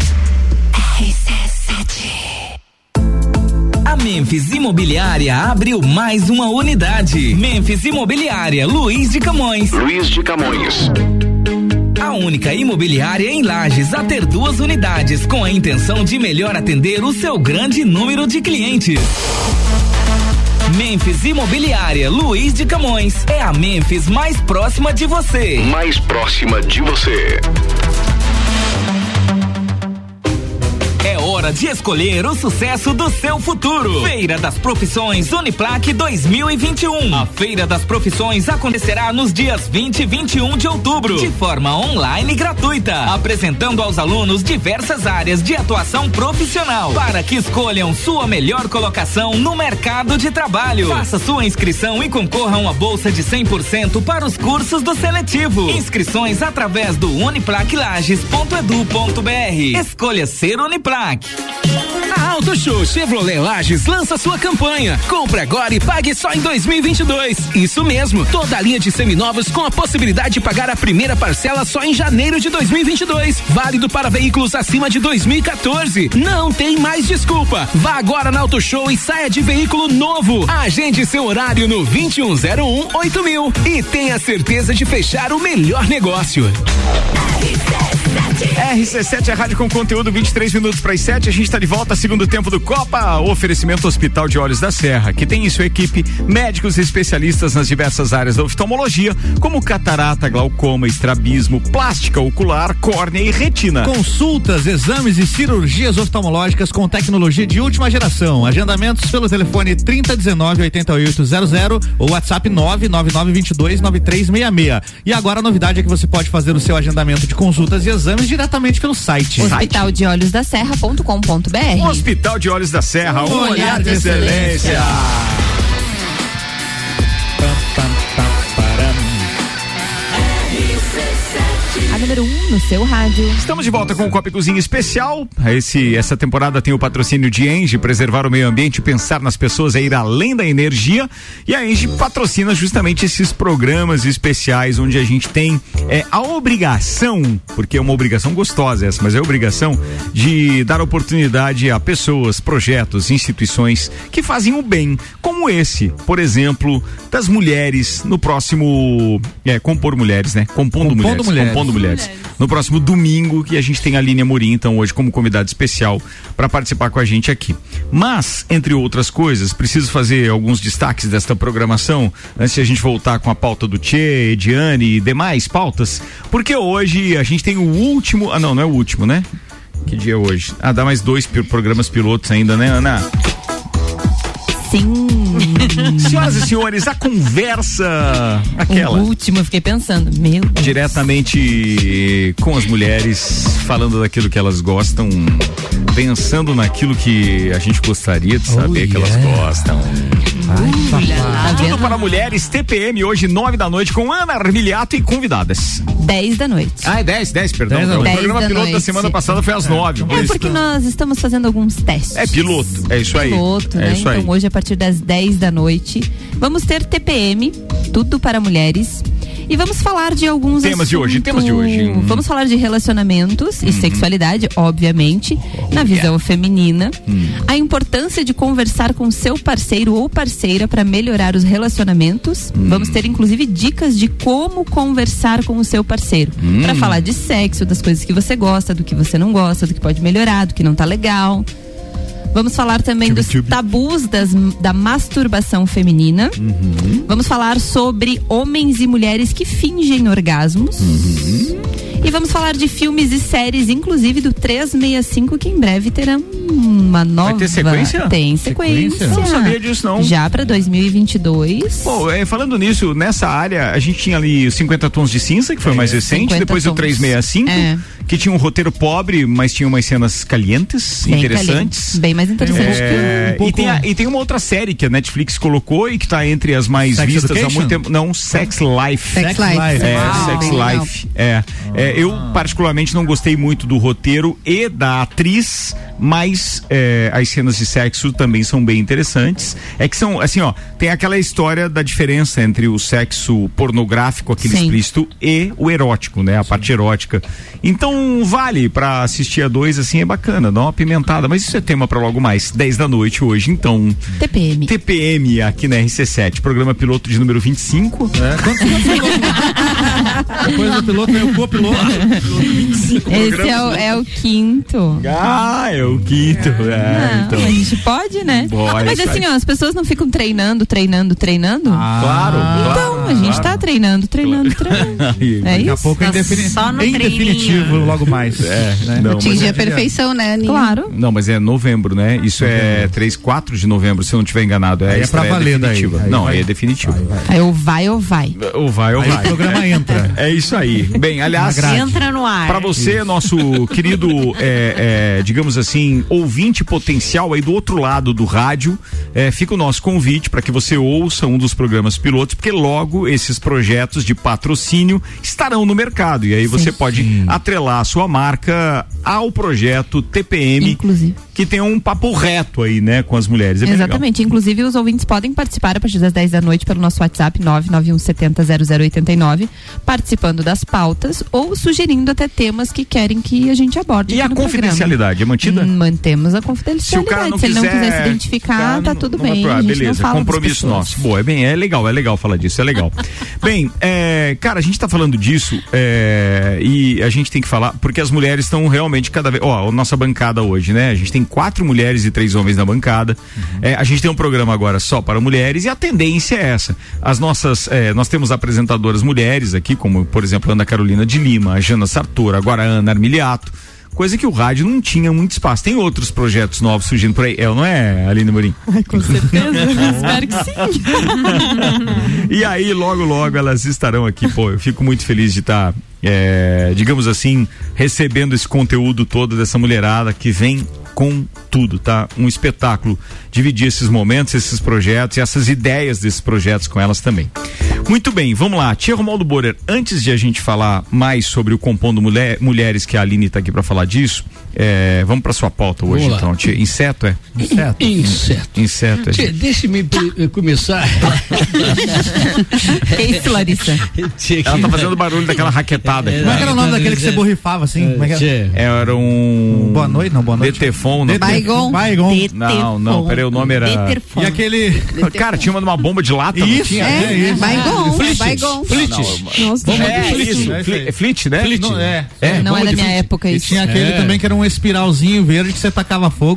A Memphis Imobiliária abriu mais uma unidade. Memphis Imobiliária, Luiz de Camões. Luiz de Camões. A única imobiliária em Lages a ter duas unidades, com a intenção de melhor atender o seu grande número de clientes. Memphis Imobiliária, Luiz de Camões. É a Memphis mais próxima de você. Mais próxima de você. É hora de escolher o sucesso do seu futuro. Feira das Profissões Uniplac dois mil e vinte e um. A Feira das Profissões acontecerá nos dias vinte e vinte e um de outubro, de forma online e gratuita, apresentando aos alunos diversas áreas de atuação profissional para que escolham sua melhor colocação no mercado de trabalho. Faça sua inscrição e concorra a uma bolsa de cem por cento para os cursos do seletivo. Inscrições através do uniplaclages ponto edu ponto br. Escolha ser Uniplac. A Auto Show Chevrolet Lages lança sua campanha. Compre agora e pague só em dois mil e vinte e dois. Isso mesmo, toda a linha de seminovos com a possibilidade de pagar a primeira parcela só em janeiro de dois mil e vinte e dois. Válido para veículos acima de dois mil e quatorze. Não tem mais desculpa. Vá agora na Auto Show e saia de veículo novo. Agende seu horário no vinte e um zero um oito mil e tenha certeza de fechar o melhor negócio. R C sete é rádio com conteúdo, vinte e três minutos para as sete. A gente está de volta, segundo tempo do Copa. Oferecimento Hospital de Olhos da Serra, que tem em sua equipe médicos e especialistas nas diversas áreas da oftalmologia, como catarata, glaucoma, estrabismo, plástica ocular, córnea e retina. Consultas, exames e cirurgias oftalmológicas com tecnologia de última geração. Agendamentos pelo telefone trinta dezenove oitenta e oito zero zero ou WhatsApp nove nove nove vinte e dois nove três seis seis. E agora a novidade é que você pode fazer o seu agendamento de consultas e exames diretamente pelo site. Hospital de Olhos da Serra ponto com ponto br. Hospital de Olhos da Serra, um, um olhar, olhar de excelência. excelência. A número um no seu rádio. Estamos de volta com o Copa e Cozinha especial. Esse, essa temporada tem o patrocínio de Engie, preservar o meio ambiente, pensar nas pessoas é ir além da energia. E a Engie patrocina justamente esses programas especiais onde a gente tem é, a obrigação, porque é uma obrigação gostosa essa, mas é a obrigação de dar oportunidade a pessoas, projetos, instituições que fazem o bem, como esse, por exemplo, das mulheres no próximo é, Compor Mulheres, né? Compondo, Compondo mulheres, mulheres. Compondo mulheres. Mulheres. No próximo domingo, que a gente tem a Aline Amorim, então, hoje como convidado especial para participar com a gente aqui. Mas, entre outras coisas, preciso fazer alguns destaques desta programação antes de a gente voltar com a pauta do Tchê, Ediane e demais pautas, porque hoje a gente tem o último, ah não, não é o último, né? Que dia é hoje? Ah, dá mais dois programas pilotos ainda, né, Ana? Senhoras e senhores, a conversa aquela. O último, eu fiquei pensando, meu Deus. Diretamente com as mulheres, falando daquilo que elas gostam, pensando naquilo que a gente gostaria de saber oh, que yeah. elas gostam. Ai, tá Tudo para mulheres, T P M, hoje, nove da noite, com Ana Armiliato e convidadas. dez da noite. Ah, é dez, dez, perdão. dez o dez programa da piloto noite. da semana passada foi às nove. É porque nós estamos fazendo alguns testes. É piloto, é isso aí. Piloto, é né? Isso então aí. hoje, a partir das dez da noite, vamos ter T P M, tudo para mulheres. E vamos falar de alguns temas assuntos, de hoje, temas de hoje. Hum. Vamos falar de relacionamentos hum. e sexualidade, obviamente, oh, na visão yeah. feminina. Hum. A importância de conversar com seu parceiro ou parceira para melhorar os relacionamentos. Hum. Vamos ter, inclusive, dicas de como conversar com o seu parceiro. Hum. Para falar de sexo, das coisas que você gosta, do que você não gosta, do que pode melhorar, do que não tá legal. Vamos falar também tube, dos tube. tabus das, da masturbação feminina. Uhum. Vamos falar sobre homens e mulheres que fingem orgasmos. Uhum. E vamos falar de filmes e séries, inclusive do trezentos e sessenta e cinco, que em breve terá uma nova... Vai ter sequência? Tem sequência. sequência. Não sabia disso, não. Já para dois mil e vinte e dois. Pô, é, falando nisso, nessa área, a gente tinha ali os cinquenta tons de cinza, que foi é, mais recente, depois tons. O trezentos e sessenta e cinco, é. que tinha um roteiro pobre, mas tinha umas cenas calientes, bem interessantes. Caliente. Bem mais interessantes. É, que um e, tem a, e tem uma outra série que a Netflix colocou e que tá entre as mais Sex vistas Education? há muito tempo. Não, Sex Life. Sex Life. É, Uau. Sex Legal. Life. É. é. Eu, particularmente, não gostei muito do roteiro e da atriz, mas é, as cenas de sexo também são bem interessantes. É que são, assim, ó, tem aquela história da diferença entre o sexo pornográfico, aquele Sim. explícito, e o erótico, né? A Sim. parte erótica. Então, vale pra assistir a dois, assim, é bacana, dá uma pimentada, mas isso é tema pra logo mais. dez da noite hoje, então. T P M. T P M aqui na R C sete, programa piloto de número vinte e cinco. É, quantos pilotos? Depois do piloto vem o copiloto. Esse é o, é o quinto. Ah, é o quinto. É, não, então. A gente pode, né? Boa, mas assim, ó, as pessoas não ficam treinando, treinando, treinando. Ah, claro. Então, claro, a gente claro. tá treinando, treinando, treinando. é Daqui isso? Daqui a pouco é indefini em definitivo, logo mais. É, né? Não, Atingir é a perfeição, né, Aninha? Claro. Não, mas é novembro, né? Isso novembro. É três, quatro de novembro, se eu não estiver enganado. É, aí é pra valer daí. Aí não, vai. aí é definitivo. Vai, vai. Aí ou vai ou vai. Ou vai ou aí vai. O programa entra. É isso aí. Bem, aliás, entra no ar. Pra você, isso. nosso querido, é, é, digamos assim, ouvinte potencial aí do outro lado do rádio, é, fica o nosso convite para que você ouça um dos programas pilotos, porque logo esses projetos de patrocínio estarão no mercado e aí Sim. você pode Sim. atrelar a sua marca ao projeto T P M, inclusive, que tem um papo reto aí, né, com as mulheres. É Exatamente, legal. Inclusive os ouvintes podem participar a partir das dez da noite pelo nosso WhatsApp nove nove um sete zero zero zero oito nove, participando das pautas ou sugerindo até temas que querem que a gente aborde. E a confidencialidade programa. É mantida? Hum, mantemos a confidencialidade. Se, o cara não Se quiser, ele não quiser se identificar, tá tudo não, bem. Não a gente beleza, não fala compromisso nosso. Boa, é bem, é legal, é legal falar disso, é legal. Bem, é, cara, a gente tá falando disso é, e a gente tem que falar, porque as mulheres estão realmente cada vez, ó, a nossa bancada hoje, né? A gente tem quatro mulheres e três homens na bancada. Uhum. É, a gente tem um programa agora só para mulheres e a tendência é essa. As nossas, é, nós temos apresentadoras mulheres aqui, como por exemplo Ana Carolina de Lima, a Jana Sartor, agora a Ana Armiliato. Coisa que o rádio não tinha muito espaço. Tem outros projetos novos surgindo por aí, é ou não é, Aline Morim? Ai, com certeza, espero que sim. E aí, logo, logo, elas estarão aqui, pô, eu fico muito feliz de estar, tá, é, digamos assim, recebendo esse conteúdo todo dessa mulherada que vem com tudo, tá? Um espetáculo. Dividir esses momentos, esses projetos e essas ideias desses projetos com elas também. Muito bem, vamos lá. Tia Romualdo Borer, antes de a gente falar mais sobre o Compondo Mulher, Mulheres, que a Aline está aqui para falar disso, é, vamos para sua pauta hoje, então. Tia, inseto, é? Inseto. Inseto. Inseto, é. Tia, deixe-me começar. Que isso, Larissa? Ela tá fazendo barulho daquela raquetada. Como é que era o nome daquele que você borrifava assim? Como é que era? Era um... Boa noite, não, boa noite. Detefon, não. Baigon. Baigon. Não, não, peraí, o nome era... Deterfon. E aquele... Deterfon. Cara, tinha uma, uma bomba de lata, isso, não tinha? É, é isso. Baigon. Baigon. Nossa, É, isso. É Flit, né? Não, é. É, não é da minha Flit. época E isso. tinha aquele É. também que era um espiralzinho verde que você tacava fogo.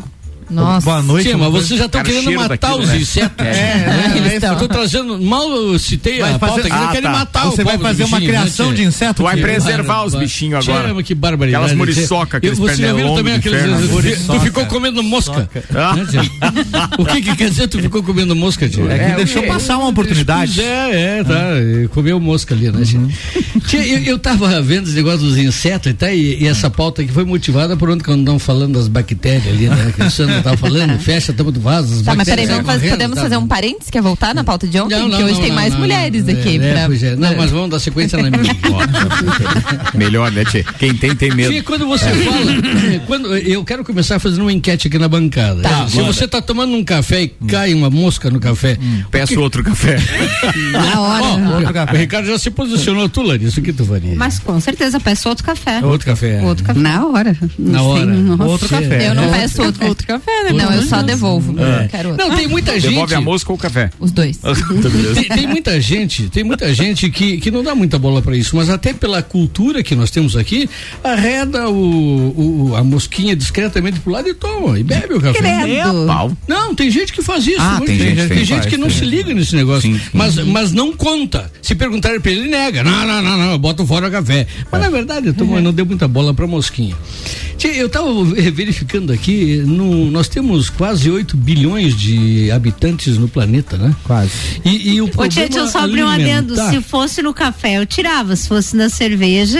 Nossa. Boa noite. Sim, mas vocês já estão querendo matar daquilo, os né? insetos. É, é, Eles é, estão então. trazendo, mal eu citei Vai a pauta fazer- aqui, eles Ah, querem tá. matar o Você vai pobre fazer uma bichinho, criação né, de tia? inseto? Tu vai tia? preservar os bichinhos agora. Chama, que barbaridade. Aquelas muriçoca, aqueles Vocês já viram pernilongos também do aqueles. inferno. Tu Muriçoca. ficou comendo mosca. Ah. Né, tia? O que que quer dizer tu ficou comendo mosca, tia? É que É, deixou o quê? passar uma oportunidade. Pois é, é, tá. Comeu mosca ali, né, tia? Tia, eu, eu tava vendo esse negócio dos insetos e, tá, e, e essa pauta aqui foi motivada por onde que andam falando das bactérias ali, né? Que o Sandro tava falando, fecha a tampa do vaso. As Tá, mas bactérias peraí, vamos saem fazer- correndo, podemos tá? fazer um parênteses? Quer voltar na pauta de ontem? Não, não, Porque hoje não, tem não, mais não, mulheres não, aqui. É, pra- pois é. Não, mas vamos dar sequência na minha. Melhor, né, Tchê? Quem tem, tem medo. Tia, quando você fala, quando, eu quero começar fazendo uma enquete aqui na bancada. Tá. Se você tá tomando um café e cai uma mosca no café, Peço outro café. Na hora. Ó, Outro café. o Ricardo já se posicionou, tu, Larissa, o que tu faria? Mas com certeza peço outro café. Outro café. Outro café. Na hora. Na Sim, hora. nossa. Outro café. Eu não É. peço outro, outro café, né? Outro Não, eu só café. devolvo. É. Eu quero outro. Não, tem muita gente. Devolve a mosca ou o café? Os dois. Tem, tem muita gente, tem muita gente que, que não dá muita bola pra isso, mas até pela cultura que nós temos aqui, arreda o, o- a mosquinha discretamente pro lado e toma, e bebe o café. Credo. Pau. Não, tem gente que faz isso. Ah, muito. tem gente que tem faz, gente que não tem se gente. liga nesse negócio, Sim, sim. mas, mas não conta. Se perguntarem pra ele, ele nega. Não, não, não, não, eu boto fora o café. Mas na verdade, eu tomo, não deu muita bola pra mosquinha. Tia, eu tava verificando aqui, no, nós temos quase oito bilhões de habitantes no planeta, né? Quase. E, e o Ô, problema tia, deixa eu só abrir um adendo. alimentar- Se fosse no café, eu tirava. Se fosse na cerveja.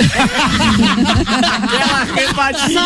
Aquela rebadinha.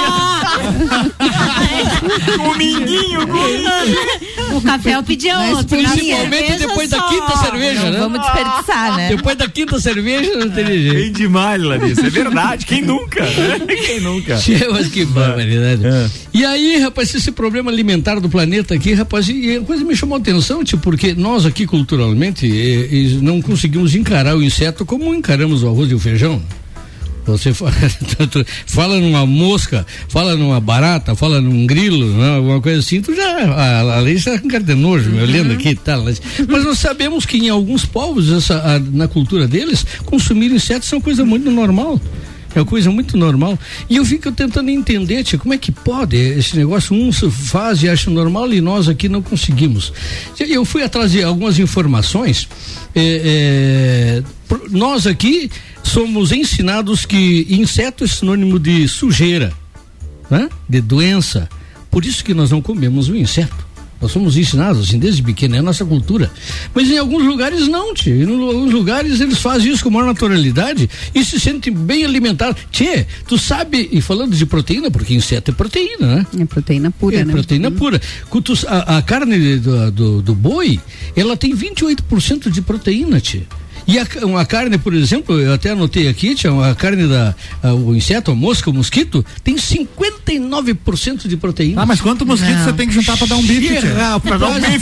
O minguinho, O café eu pedia Mas outro. Na Principalmente cerveja, depois da só. quinta cerveja, Não né? vamos desperdiçar, né? Depois da quinta cerveja não teria jeito. Bem demais, Larissa. É verdade. Quem nunca? né? Quem nunca? Tia, mas que barbaridade. É. E aí, rapaz, esse problema alimentar do planeta aqui, rapaz, e a coisa me chamou a atenção, tipo, porque nós aqui culturalmente eh, eh, não conseguimos encarar o inseto como encaramos o arroz e o feijão. Você fala, fala numa mosca, fala numa barata, fala num grilo, né, alguma coisa assim, tu já, a, a lei está com cara de nojo, me olhando aqui e tal. Mas, mas nós sabemos que em alguns povos, essa, a, na cultura deles, consumir insetos é uma coisa muito normal. É uma coisa muito normal. E eu fico tentando entender, tia, como é que pode esse negócio? Uns faz e acham normal e nós aqui não conseguimos. Eu fui atrás de algumas informações. É, é, nós aqui somos ensinados que inseto é sinônimo de sujeira, né? De doença. Por isso que nós não comemos o inseto. Nós somos ensinados assim desde pequeno, é a nossa cultura. Mas em alguns lugares não, tchê. Em alguns lugares eles fazem isso com maior naturalidade e se sentem bem alimentados. Tchê, tu sabe, e falando de proteína, porque inseto é proteína, né? É proteína pura, É né? proteína pura. Tu, a, a carne do, do, do boi, ela tem vinte e oito por cento de proteína, tchê. E a, uma carne, por exemplo, eu até anotei aqui, tia, a carne da, a, o inseto, a mosca, o mosquito, tem cinquenta e nove por cento de proteína. Ah, mas quanto mosquito Não. você tem que juntar pra dar um bife, Tia, tia? rapaz.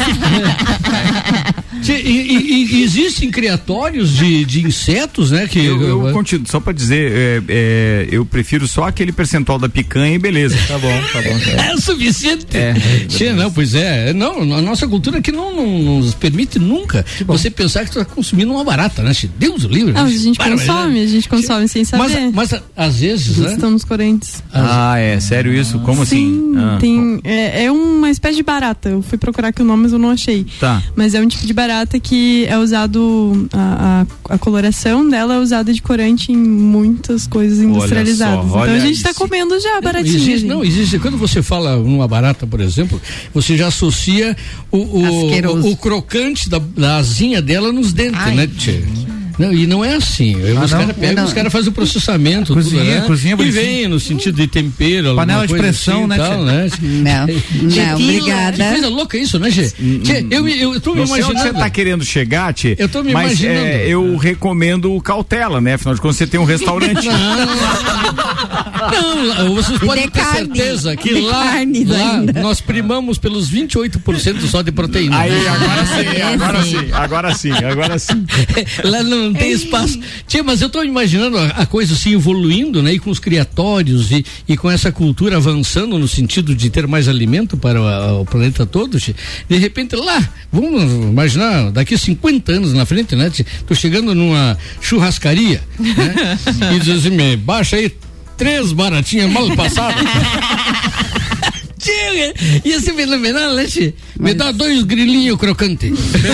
Tia, e, e- e existem criatórios de, de insetos, né? Que, Eu, eu continuo, só pra dizer, é, é, eu prefiro só aquele percentual da picanha e beleza. Tá bom, tá bom. É o suficiente. É. Tia, não, pois é. Não, a nossa cultura aqui não, não, não nos permite nunca você pensar que tu tá consumindo uma barata, né? Tia? Deus o livre. Não, né? mas a gente Barbaridade. consome, a gente consome sem saber. Mas, mas às vezes, né? Estamos correntes. Ah, é sério isso? Como assim? Sim, Ah, tem, é, é uma espécie de barata. Eu fui procurar aqui o nome, mas eu não achei. Tá. Mas é um tipo de barata que é usado, a, a, a coloração dela é usada de corante em muitas coisas industrializadas. olha então a gente tá isso. comendo já baratinha. Existe, gente. não, existe. Quando você fala numa barata, por exemplo, você já associa o, o, Asqueroso. o, o crocante da, da asinha dela nos dentes, Ai. né, tia? Não, e não é assim. Ah, os não? caras pegam, Não. os caras fazem o processamento. Cozinha, tudo, né? cozinha E bonitinho. vem no sentido de tempero. alguma Panela de coisa pressão, assim, né, e tal, tia? né? Não, não, Que obrigada. coisa louca isso, né, Gê? Tchê, eu, me- eu tô me Não sei onde imaginando. você tá querendo chegar, Tchê. Eu tô me mas, imaginando. é, eu recomendo cautela, né? Afinal de contas, você tem um restaurante. Não, lá, vocês E podem de ter carne. certeza que De lá, carne lá ainda. nós primamos pelos vinte e oito por cento só de proteína. Aí, agora sim, agora sim, agora sim, agora sim. Lá não tem espaço. Tia, mas eu tô imaginando a, a coisa assim evoluindo, né? E com os criatórios e, e com essa cultura avançando no sentido de ter mais alimento para o, a- o planeta todo, tia. De repente lá, vamos imaginar, daqui cinquenta anos na frente, né? Tia, tô chegando numa churrascaria, né? E diz assim, me baixa aí três baratinhas mal passadas. Tchê, ia ser fenomenal, né, Tchê? Me dá dois grilinhos crocantes.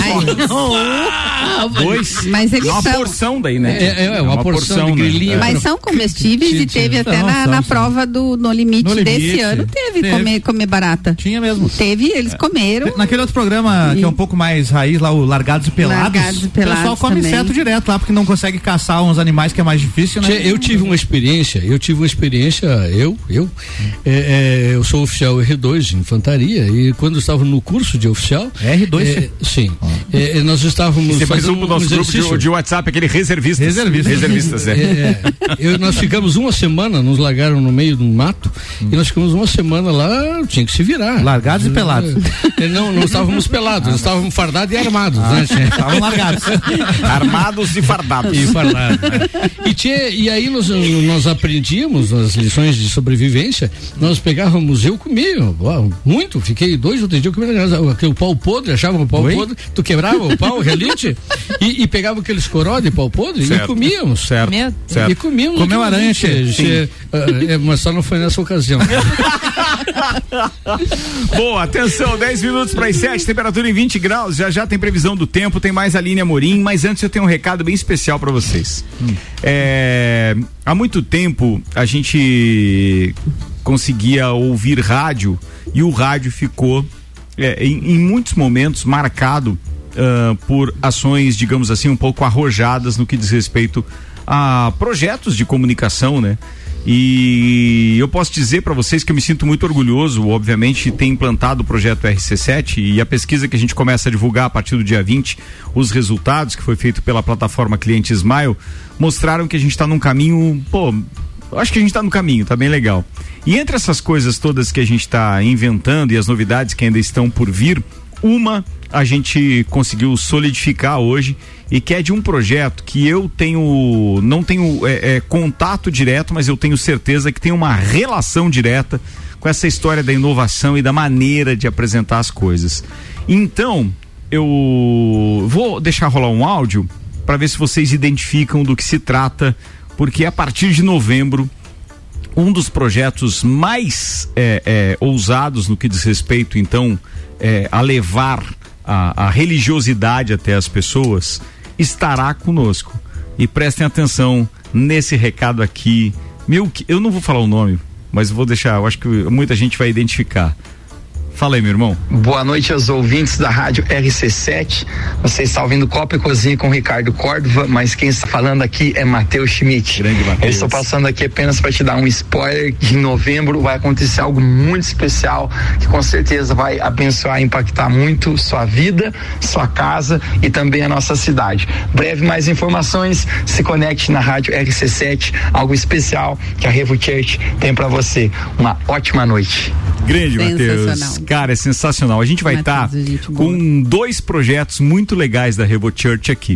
Ah, dois? Mas eles uma são... porção daí, né? É, é, é uma, uma porção, porção de grilinho. Né? Mas são comestíveis e teve até são, na, são, na prova do No Limite, no limite desse ano, teve, teve. Comer, comer barata. Tinha mesmo. Teve, eles comeram. Naquele outro programa, e... que é um pouco mais raiz, lá o Largados e Pelados, Largados e Pelados o pessoal come também. inseto direto lá, porque não consegue caçar uns animais que é mais difícil, né? Tchê, eu tive uma experiência, eu tive uma experiência, eu, eu, é, é, eu sou oficial R dois de infantaria e quando estava no curso de oficial... R dois? É, sim. Ah. É, nós estávamos Você fazendo um, um nosso grupo de, de WhatsApp, aquele reservistas. Reservistas. Reservistas, é. é, é eu, nós ficamos uma semana, nos largaram no meio do mato hum. e nós ficamos uma semana lá, tinha que se virar. Largados e pelados. É, não, não estávamos pelados, ah, nós estávamos fardados e armados, ah, né? Estavam largados. Armados e fardados. E fardados. Né? E, tchê, e aí nós, nós aprendíamos as lições de sobrevivência, nós pegávamos, eu comia, muito, fiquei dois ou três dias comendo aquele pau podre, achava o pau Oi? podre, tu quebrava o pau, o relite, e, e pegava aqueles coró de pau podre certo. E comíamos. Certo. certo. E comíamos. Comeu aranha, tchê. Tchê, é, mas só não foi nessa ocasião. Boa, atenção, dez minutos para as sete, temperatura em vinte graus, já já tem previsão do tempo, tem mais a Aline Amorim, mas antes eu tenho um recado bem especial para vocês. Hum. É, há muito tempo a gente conseguia ouvir rádio e o rádio ficou é, em, em muitos momentos marcado uh, por ações, digamos assim, um pouco arrojadas no que diz respeito a projetos de comunicação, né? E eu posso dizer para vocês que eu me sinto muito orgulhoso, obviamente, de ter implantado o projeto R C sete e a pesquisa que a gente começa a divulgar a partir do dia vinte, os resultados que foi feito pela plataforma Cliente Smile, mostraram que a gente está num caminho, pô, acho que a gente está no caminho, tá bem legal. E entre essas coisas todas que a gente está inventando e as novidades que ainda estão por vir, uma a gente conseguiu solidificar hoje e que é de um projeto que eu tenho, não tenho é, é, contato direto, mas eu tenho certeza que tem uma relação direta com essa história da inovação e da maneira de apresentar as coisas. Então, eu vou deixar rolar um áudio para ver se vocês identificam do que se trata, porque a partir de novembro, um dos projetos mais é, é, ousados no que diz respeito, então, é, a levar a, a religiosidade até as pessoas, estará conosco. E prestem atenção nesse recado aqui. Meu, eu não vou falar o nome, mas vou deixar, eu acho que muita gente vai identificar. Fala aí, meu irmão. Boa noite aos ouvintes da rádio R C sete. Você está ouvindo Copa e Cozinha com Ricardo Córdova, mas quem está falando aqui é Matheus Schmidt. Grande Matheus. Eu estou passando aqui apenas para te dar um spoiler que em novembro vai acontecer algo muito especial que com certeza vai abençoar e impactar muito sua vida, sua casa e também a nossa cidade. Breve mais informações, se conecte na rádio R C sete, algo especial que a Revo Church tem para você. Uma ótima noite. Grande Matheus. Cara, é sensacional. A gente vai estar tá com dois projetos muito legais da Revo Church aqui.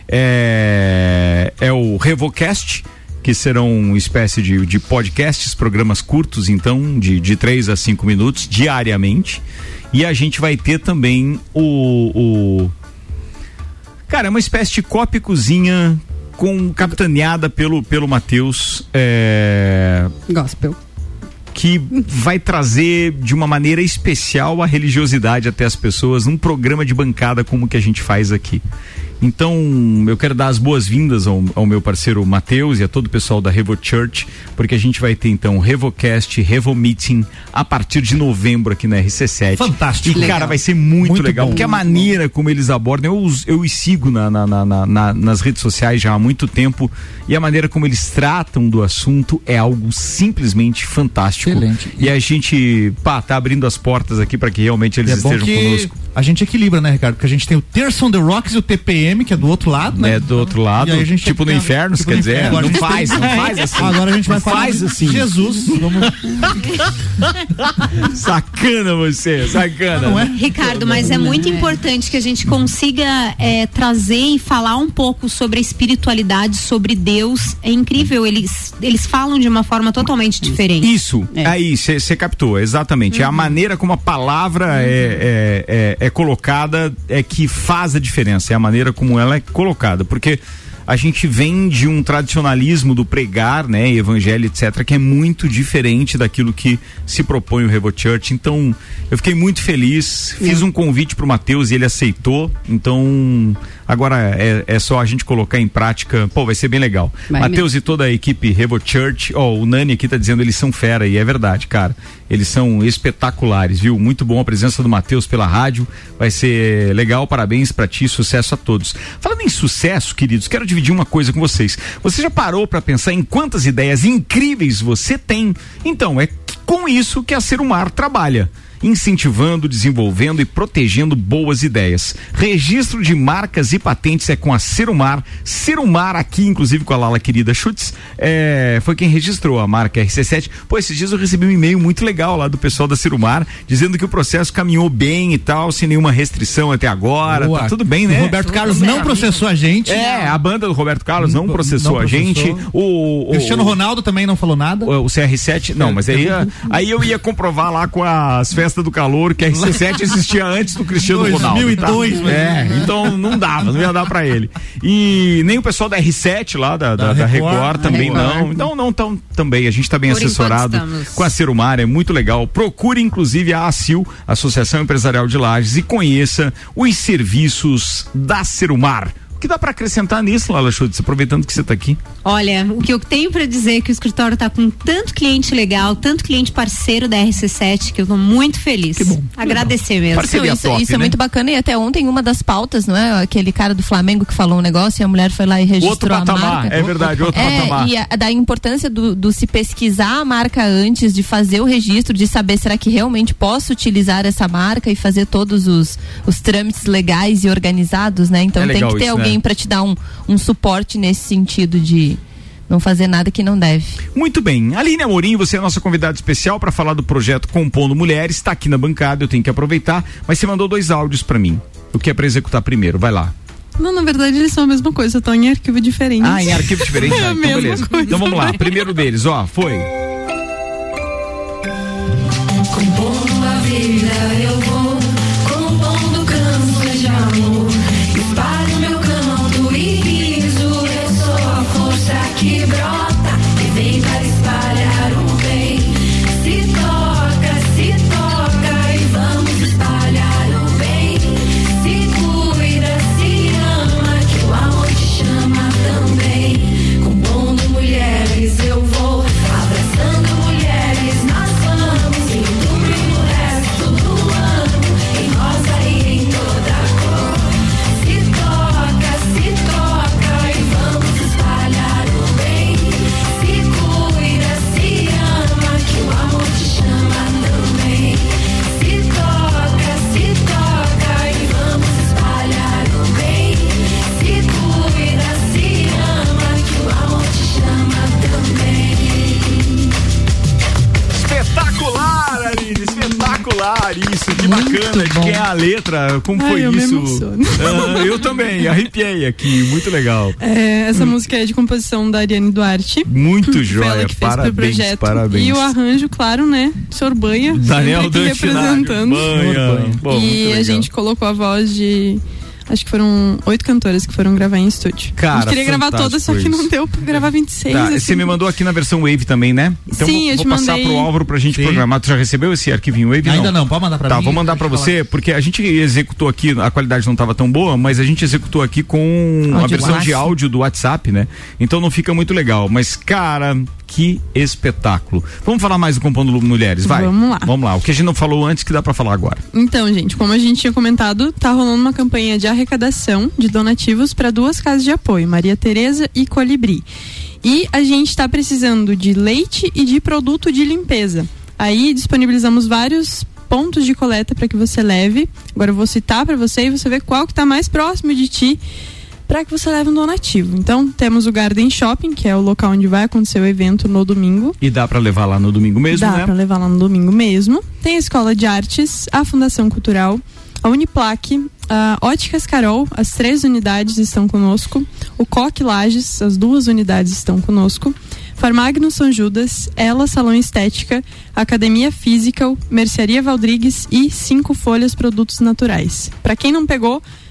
É, é o RevoCast, que serão uma espécie de, de podcasts, programas curtos, então, de, de três a cinco minutos, diariamente. E a gente vai ter também o. o cara, é uma espécie de Copa e Cozinha com, capitaneada pelo, pelo Matheus. É, Gospel. Que vai trazer de uma maneira especial a religiosidade até as pessoas num programa de bancada como que a gente faz aqui. Então, eu quero dar as boas-vindas ao, ao meu parceiro Matheus e a todo o pessoal da Revo Church, porque a gente vai ter então RevoCast, Revo Meeting a partir de novembro aqui na R C sete. Fantástico. E, legal. Cara, vai ser muito, muito legal, bom, porque a maneira bom. Como eles abordam, eu, eu os sigo na, na, na, na, nas redes sociais já há muito tempo, e a maneira como eles tratam do assunto é algo simplesmente fantástico. Excelente. E a gente, pá, tá abrindo as portas aqui para que realmente eles é estejam conosco. A gente equilibra, né, Ricardo? Porque a gente tem o Terça on the Rocks e o T P M, que é do outro lado, né? É do outro lado, tipo no inferno, tipo quer dizer, inferno. Não faz, não faz assim. Agora a gente vai não falar faz assim. Jesus. Vamos... Sacana você, sacana. Não é? Ricardo, mas é muito importante que a gente consiga é, trazer e falar um pouco sobre a espiritualidade, sobre Deus. É incrível, eles, eles falam de uma forma totalmente diferente. Isso, é. Aí, você captou, exatamente. Uhum. É a maneira como a palavra uhum. é, é, é, é colocada é que faz a diferença, é a maneira como ela é colocada, porque a gente vem de um tradicionalismo do pregar, né, evangelho, etcétera, que é muito diferente daquilo que se propõe o Revo Church. Então, eu fiquei muito feliz, fiz um convite pro Matheus e ele aceitou. Então, agora é, é só a gente colocar em prática. Pô, vai ser bem legal. Matheus e toda a equipe Revo Church, ó, oh, o Nani aqui tá dizendo eles são fera, e é verdade, cara. Eles são espetaculares, viu? Muito bom a presença do Matheus pela rádio. Vai ser legal, parabéns pra ti, sucesso a todos. Falando em sucesso, queridos, quero dividir uma coisa com vocês. Você já parou pra pensar em quantas ideias incríveis você tem? Então, é com isso que a Serumar trabalha. Incentivando, desenvolvendo e protegendo boas ideias. Registro de marcas e patentes é com a Serumar. Serumar aqui, inclusive com a Lala querida Schutz, é, foi quem registrou a marca R C sete. Pô, esses dias eu recebi um e-mail muito legal lá do pessoal da Serumar, dizendo que o processo caminhou bem e tal, sem nenhuma restrição até agora. Boa. Tá tudo bem, né? O Roberto Carlos não processou a gente. É, a banda do Roberto Carlos não, não processou não a processou. gente. O, o Cristiano Ronaldo também não falou nada. O, o C R sete, não, mas aí, aí eu ia comprovar lá com as festas do calor que a R C sete existia antes do Cristiano Ronaldo. dois mil e dois, tá? É, então não dava, não ia dar pra ele. E nem o pessoal da R sete lá, da, da, da Record, Record também Record. não. Então não tão também, a gente tá bem Por assessorado com a Serumar, é muito legal. Procure inclusive a ACIL, Associação Empresarial de Lages, e conheça os serviços da Serumar. O que dá para acrescentar nisso, Lala Schutz, aproveitando que você está aqui? Olha, o que eu tenho para dizer é que o escritório está com tanto cliente legal, tanto cliente parceiro da R C sete, que eu estou muito feliz. Que bom. Agradecer mesmo. Parceria isso top, isso né? é muito bacana, e até ontem uma das pautas, não é? Aquele cara do Flamengo que falou um negócio e a mulher foi lá e registrou outro patamar, a marca. É verdade, outro é, patamar. E a, da importância do, do se pesquisar a marca antes de fazer o registro, de saber será que realmente posso utilizar essa marca e fazer todos os, os trâmites legais e organizados, né? Então é tem que ter isso, alguém né? para te dar um, um suporte nesse sentido de não fazer nada que não deve. Muito bem. Aline Amorim, você é a nossa convidada especial para falar do projeto Compondo Mulheres, está aqui na bancada, eu tenho que aproveitar, mas você mandou dois áudios para mim. O que é para executar primeiro? Vai lá. Não, na verdade eles são a mesma coisa, estão em arquivo diferente. Ah, em arquivo diferente? É ah, então beleza. Coisa. Então vamos lá, primeiro deles, ó, foi. Compondo a vida eu vou, compondo canções de amor. Espalho meu canto e riso, eu sou a força que brota e vem para espalhar o bem. Se toca, se toca e vamos espalhar o bem. Se cuida, se ama, que o amor te chama também. Compondo mulheres eu vou, abraçando mulheres nós vamos. Em outubro e no resto do ano, em rosa e em toda cor. Se toca e vamos espalhar o bem. Se cuida, se ama, que o amor te chama também. Se toca, se toca e vamos espalhar o bem. Se cuida, se ama, que o amor te chama também. Espetacular, Aline, espetacular isso, que muito bacana, de quem é a letra, como Ai, foi eu isso? Me uh, eu também, arrepiei aqui, muito legal. É, essa hum. música é de composição da Ariane Duarte. Muito joia, que fez parabéns, pro projeto. parabéns. E o arranjo, claro, né, senhor Banha, Daniel Dantinari, representando. Banha. Bom, e a gente colocou a voz de... Acho que foram oito cantoras que foram gravar em estúdio. Cara, a gente queria gravar todas, só que não deu pra gravar vinte e seis. Tá, assim. Você me mandou aqui na versão Wave também, né? Então Sim, vou, eu te vou passar mandei... pro Álvaro pra gente Sim. programar. Tu já recebeu esse arquivinho Wave? Ainda não, não pode mandar pra tá, mim. Tá, vou mandar pra você, falar. Porque a gente executou aqui, a qualidade não tava tão boa, mas a gente executou aqui com áudio a versão WhatsApp. de áudio do WhatsApp, né? Então não fica muito legal. Mas, cara, que espetáculo. Vamos falar mais do Compondo Mulheres, vai? Vamos lá. Vamos lá. O que a gente não falou antes que dá pra falar agora. Então, gente, como a gente tinha comentado, tá rolando uma campanha de arrecadação de donativos para duas casas de apoio, Maria Tereza e Colibri. E a gente está precisando de leite e de produto de limpeza. Aí disponibilizamos vários pontos de coleta para que você leve. Agora eu vou citar para você e você vê qual que está mais próximo de ti para que você leve um donativo. Então, temos o Garden Shopping, que é o local onde vai acontecer o evento no domingo. E dá para levar lá no domingo mesmo, dá né? Dá para levar lá no domingo mesmo. Tem a Escola de Artes, a Fundação Cultural, a Uniplac, a Óticas Carol, as três unidades estão conosco. O Coque Lages, as duas unidades estão conosco. Farmagno São Judas, Ela Salão Estética, Academia Physical, Mercearia Valdrigues e Cinco Folhas Produtos Naturais. Para quem não pegou,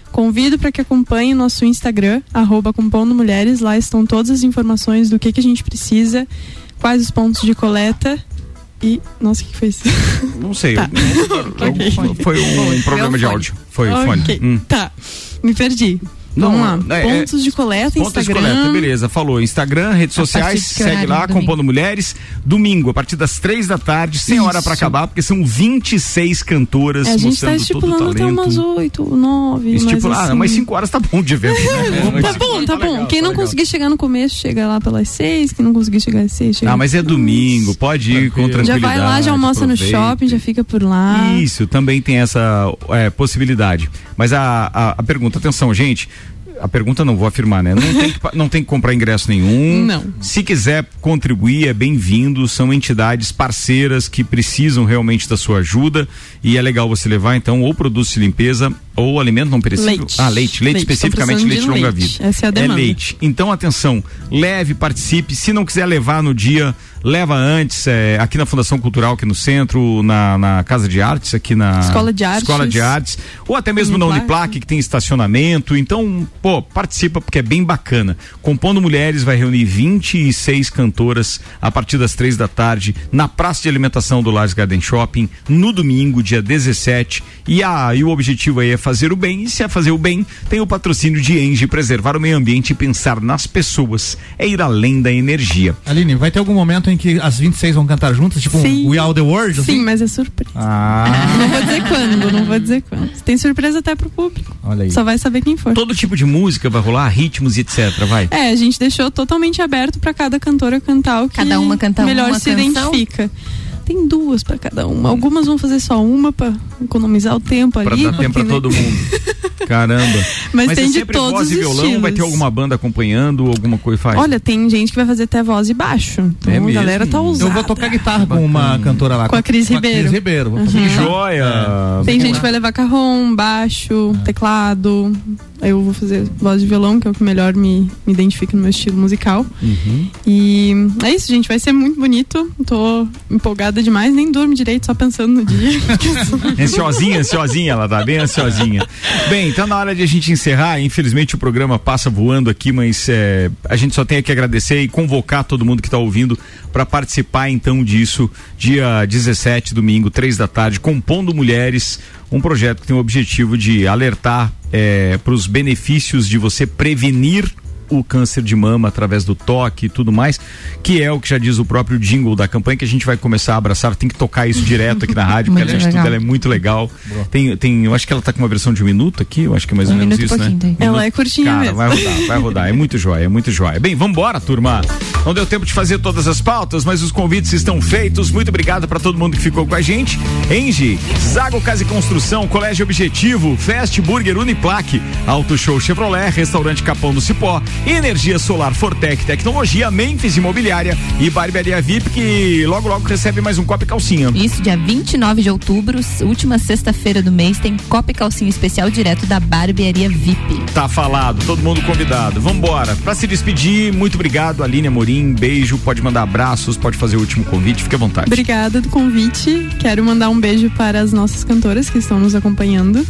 convido para que acompanhe o nosso Instagram, arroba Compondo Mulheres. Lá estão todas as informações do que, que a gente precisa, quais os pontos de coleta. E, nossa, o que, que foi isso? Não sei. Tá. Eu, okay. Foi, foi um, um problema de áudio. Foi o okay. fone. Hum. Tá, me perdi. Vamos Não, lá. É, pontos de coleta, pontos Instagram. de coleta, beleza. Falou. Instagram, redes sociais, segue lá, Compondo Mulheres. Domingo, a partir das três da tarde, sem Isso. hora pra acabar, porque são vinte e seis cantoras é, a gente mostrando tá estipulando todo o talento. até umas oito, nove. Estipular, mas assim... ah, mas cinco horas tá bom de evento, né? É, tá bom, tá, tá bom. Legal, Quem tá não legal. conseguir chegar no começo, chega lá pelas seis. Quem não conseguir chegar às seis, chega. Ah, mas é domingo, pode ir com tranquilidade. Já vai lá, já almoça aproveita. no shopping, já fica por lá. Isso, também tem essa é, possibilidade. Mas a, a, a pergunta, atenção, gente. A pergunta não vou afirmar, né? Não tem, que, não tem que comprar ingresso nenhum. Não. Se quiser contribuir, é bem-vindo. São entidades parceiras que precisam realmente da sua ajuda. E é legal você levar, então, ou produtos de limpeza ou alimento não perecível. Leite. Ah, leite. Leite, leite. especificamente leite longa leite. vida. Essa é a demanda. É leite. Então, atenção, leve, participe. Se não quiser levar no dia, leva antes, é, aqui na Fundação Cultural, aqui no centro, na, na Casa de Artes, aqui na Escola de Artes. Escola de Artes. Ou até mesmo Uniplac. na Uniplac, que tem estacionamento. Então, pô, participa porque é bem bacana. Compondo Mulheres vai reunir vinte e seis cantoras a partir das três da tarde na Praça de Alimentação do Lages Garden Shopping, no domingo, dia dezessete. E, a, e o objetivo aí é fazer o bem. E se é fazer o bem, tem o patrocínio de Engie, preservar o meio ambiente e pensar nas pessoas. É ir além da energia. Aline, vai ter algum momento em que as vinte e seis vão cantar juntas, tipo Sim. um We Are the World? Sim, assim? mas é surpresa. Ah. Não vou dizer quando, não vou dizer quando. Tem surpresa até pro público. Olha aí. Só vai saber quem for. Todo tipo de música vai rolar, ritmos e etc, vai? É, a gente deixou totalmente aberto pra cada cantora cantar o que cada uma canta melhor uma se canção? identifica. Tem duas pra cada uma. Algumas vão fazer só uma pra economizar o tempo pra ali. Pra dar tempo pra né? todo mundo. Caramba. Mas, Mas tem é de sempre todos voz os e violão, estilos. vai ter alguma banda acompanhando, alguma coisa faz? Olha, tem gente que vai fazer até voz e baixo. Então é a mesmo? galera tá usando. Eu vou tocar guitarra com uma cantora lá. Com a Cris com Ribeiro. A Cris Ribeiro. Vou uhum. Que joia! É. Tem gente que vai levar carrom, baixo, é. teclado. Eu vou fazer voz de violão, que é o que melhor me, me identifica no meu estilo musical. Uhum. E é isso, gente. Vai ser muito bonito. Tô empolgada demais. Nem durmo direito, só pensando no dia. Ansiosinha, ansiosinha, ela tá bem ansiosinha. Bem, então na hora de a gente encerrar, infelizmente o programa passa voando aqui, mas é, a gente só tem que agradecer e convocar todo mundo que tá ouvindo para participar então disso, dia dezessete, domingo, três da tarde, Compondo Mulheres, um projeto que tem o objetivo de alertar é, para os benefícios de você prevenir o câncer de mama através do toque e tudo mais, que é o que já diz o próprio jingle da campanha, que a gente vai começar a abraçar, tem que tocar isso direto aqui na rádio, porque além de tudo ela é muito legal. Tem, tem, eu acho que ela tá com uma versão de um minuto aqui, eu acho que é mais um ou menos isso, né? Tem. Ela é curtinha Cara, mesmo. vai rodar, vai rodar, é muito jóia, é muito jóia. Bem, vambora, turma. Não deu tempo de fazer todas as pautas, mas os convites estão feitos. Muito obrigado para todo mundo que ficou com a gente. Engie, Zago Casa e Construção, Colégio Objetivo, Fast Burger Uniplac, Auto Show Chevrolet, Restaurante Capão do Cipó, Energia Solar Fortec Tecnologia, Memphis Imobiliária e Barbearia V I P, que logo logo recebe mais um copo e calcinha. Isso, dia vinte e nove de outubro, última sexta-feira do mês, tem copo e calcinha especial direto da Barbearia V I P. Tá falado, todo mundo convidado. Vambora. Pra se despedir, muito obrigado, Aline Amorim, beijo, pode mandar abraços, pode fazer o último convite, fique à vontade. Obrigada do convite, quero mandar um beijo para as nossas cantoras que estão nos acompanhando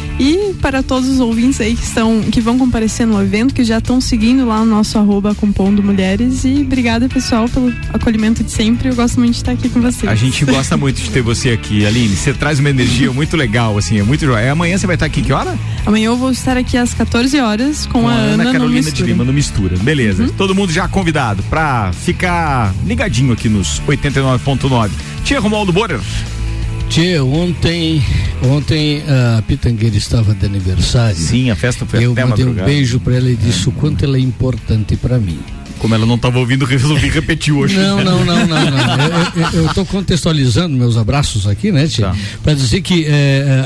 e para todos os ouvintes aí que estão, que vão comparecer no evento, que já estão seguindo lá o nosso arroba Compondo Mulheres, e obrigada, pessoal, pelo acolhimento de sempre. Eu gosto muito de estar aqui com vocês. A gente gosta muito de ter você aqui, Aline. Você traz uma energia muito legal, assim, é muito joia. Amanhã você vai estar aqui que hora? Amanhã eu vou estar aqui às quatorze horas com, com a, a Ana, Ana Carolina de Lima no Mistura. Beleza. Uhum. Todo mundo já convidado pra ficar ligadinho aqui nos oitenta e nove ponto nove. Tia Romualdo Borer. Tchê, ontem, ontem a Pitangueira estava de aniversário. Sim, a festa foi eu até mandei madrugada. um beijo pra ela e disse o quanto ela é importante pra mim. Como ela não estava ouvindo, resolvi repetir hoje. Não, não, não, não, não. Eu estou contextualizando meus abraços aqui, né, Tchê? Tá. Para dizer que é,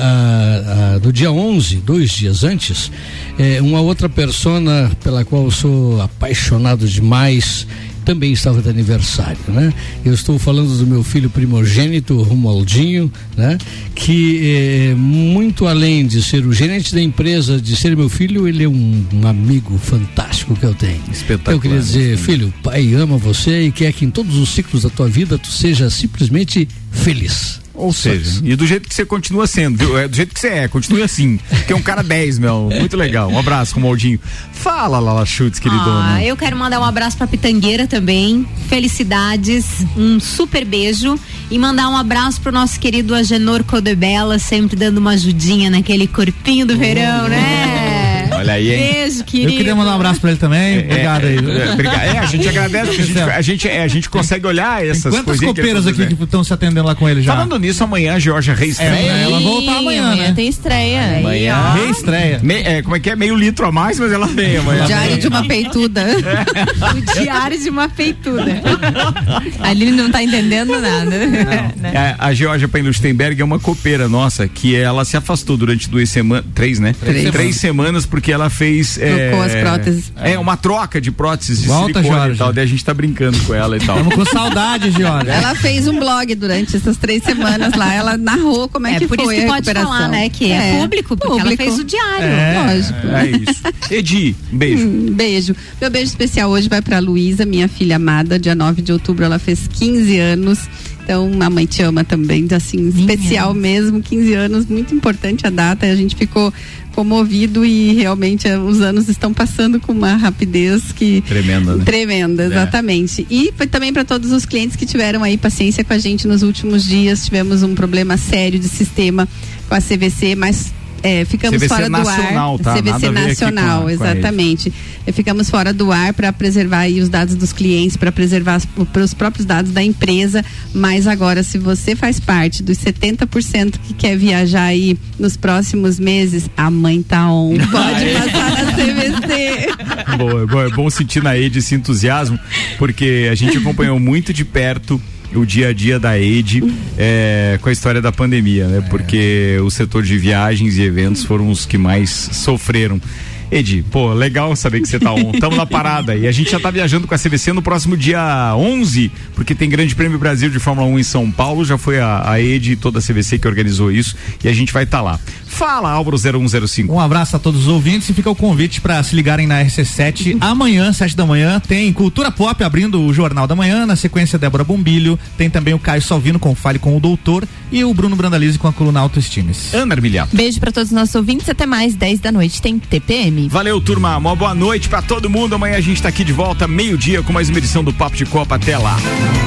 a, a, no dia onze, dois dias antes, é, uma outra persona pela qual eu sou apaixonado demais também estava de aniversário, né? Eu estou falando do meu filho primogênito, Romualdinho, né? Que é, muito além de ser o gerente da empresa, de ser meu filho, ele é um, um amigo fantástico que eu tenho. Espetacular. Eu queria dizer, filho, pai ama você e quer que em todos os ciclos da tua vida tu seja simplesmente feliz. Ou seja, e do jeito que você continua sendo, viu? É do jeito que você é, continue assim. Porque é um cara dez, meu. Muito legal. Um abraço, Romualdinho. Fala, Lala Schutz, queridona. Ah, eu quero mandar um abraço pra Pitangueira também. Felicidades, um super beijo. E mandar um abraço pro nosso querido Agenor Codebella, sempre dando uma ajudinha naquele corpinho do verão, né? Olha aí, hein? Beijo, querido. Eu queria mandar um abraço pra ele também. Obrigado aí. É, obrigado. É, a gente agradece, a gente, a gente, é, a gente consegue olhar essas coisas. Quantas copeiras aqui que estão se atendendo lá com ele já? Falando nisso, amanhã a Georgia reestreia. É, ela voltar amanhã, amanhã né? tem estreia. Amanhã. Reestreia. Me, é, como é que é? Meio litro a mais, mas ela vem amanhã. Diário de uma peituda. O diário de uma peituda. A Aline não tá entendendo nada. É, a Georgia Pain-Lustenberg é uma copeira nossa, que ela se afastou durante duas semanas, três, né? Três, três, três semanas, porque ela fez... Trocou é, as próteses. É, uma troca de próteses de Volta, silicone Jorge. e tal, daí a gente tá brincando com ela e tal. Estamos com saudade, Georgia. Ela fez um blog durante essas três semanas lá, ela narrou como é, É que por foi isso que a pode recuperação. falar, né? Que é, É, público, porque público. ela fez o diário. É, Lógico. é isso. Edi, um beijo. Hum, beijo. Meu beijo especial hoje vai pra Luísa, minha filha amada. Dia nove de outubro ela fez quinze anos. Então, a mãe te ama também, assim, especial mesmo, quinze anos, muito importante a data. A gente ficou comovido e realmente eh, os anos estão passando com uma rapidez que Tremenda, né? Tremenda, exatamente. E foi também para todos os clientes que tiveram aí paciência com a gente nos últimos dias. Tivemos um problema sério de sistema com a C V C, mas É, ficamos C V C fora nacional, do ar. tá? C V C Nada a ver aqui nacional, com a- com a exatamente. E ficamos fora do ar para preservar aí os dados dos clientes, para preservar os próprios dados da empresa. Mas agora, se você faz parte dos setenta por cento que quer viajar aí nos próximos meses, a mãe tá on. Pode passar na C V C. Boa, boa, é bom sentir na Ed esse entusiasmo, porque a gente acompanhou muito de perto o dia a dia da Ed é, com a história da pandemia, né? Porque o setor de viagens e eventos foram os que mais sofreram. Edi, pô, legal saber que você tá on. Tamo na parada e a gente já tá viajando com a C V C no próximo dia onze, porque tem Grande Prêmio Brasil de Fórmula um em São Paulo. Já foi a, a Edi e toda a C V C que organizou isso e a gente vai estar tá lá. Fala, Álvaro zero um zero cinco. Um abraço a todos os ouvintes e fica o convite para se ligarem na R C sete amanhã, sete da manhã. Tem Cultura Pop abrindo o Jornal da Manhã, na sequência Débora Bombilho, tem também o Caio Salvino com Fale com o Doutor e o Bruno Brandalize com a coluna Autoestimes. Ana Armiliato. Beijo para todos os nossos ouvintes, até mais, dez da noite tem T P M. Valeu, turma, uma boa noite pra todo mundo. Amanhã a gente tá aqui de volta, meio-dia, com mais uma edição do Papo de Copa. Até lá.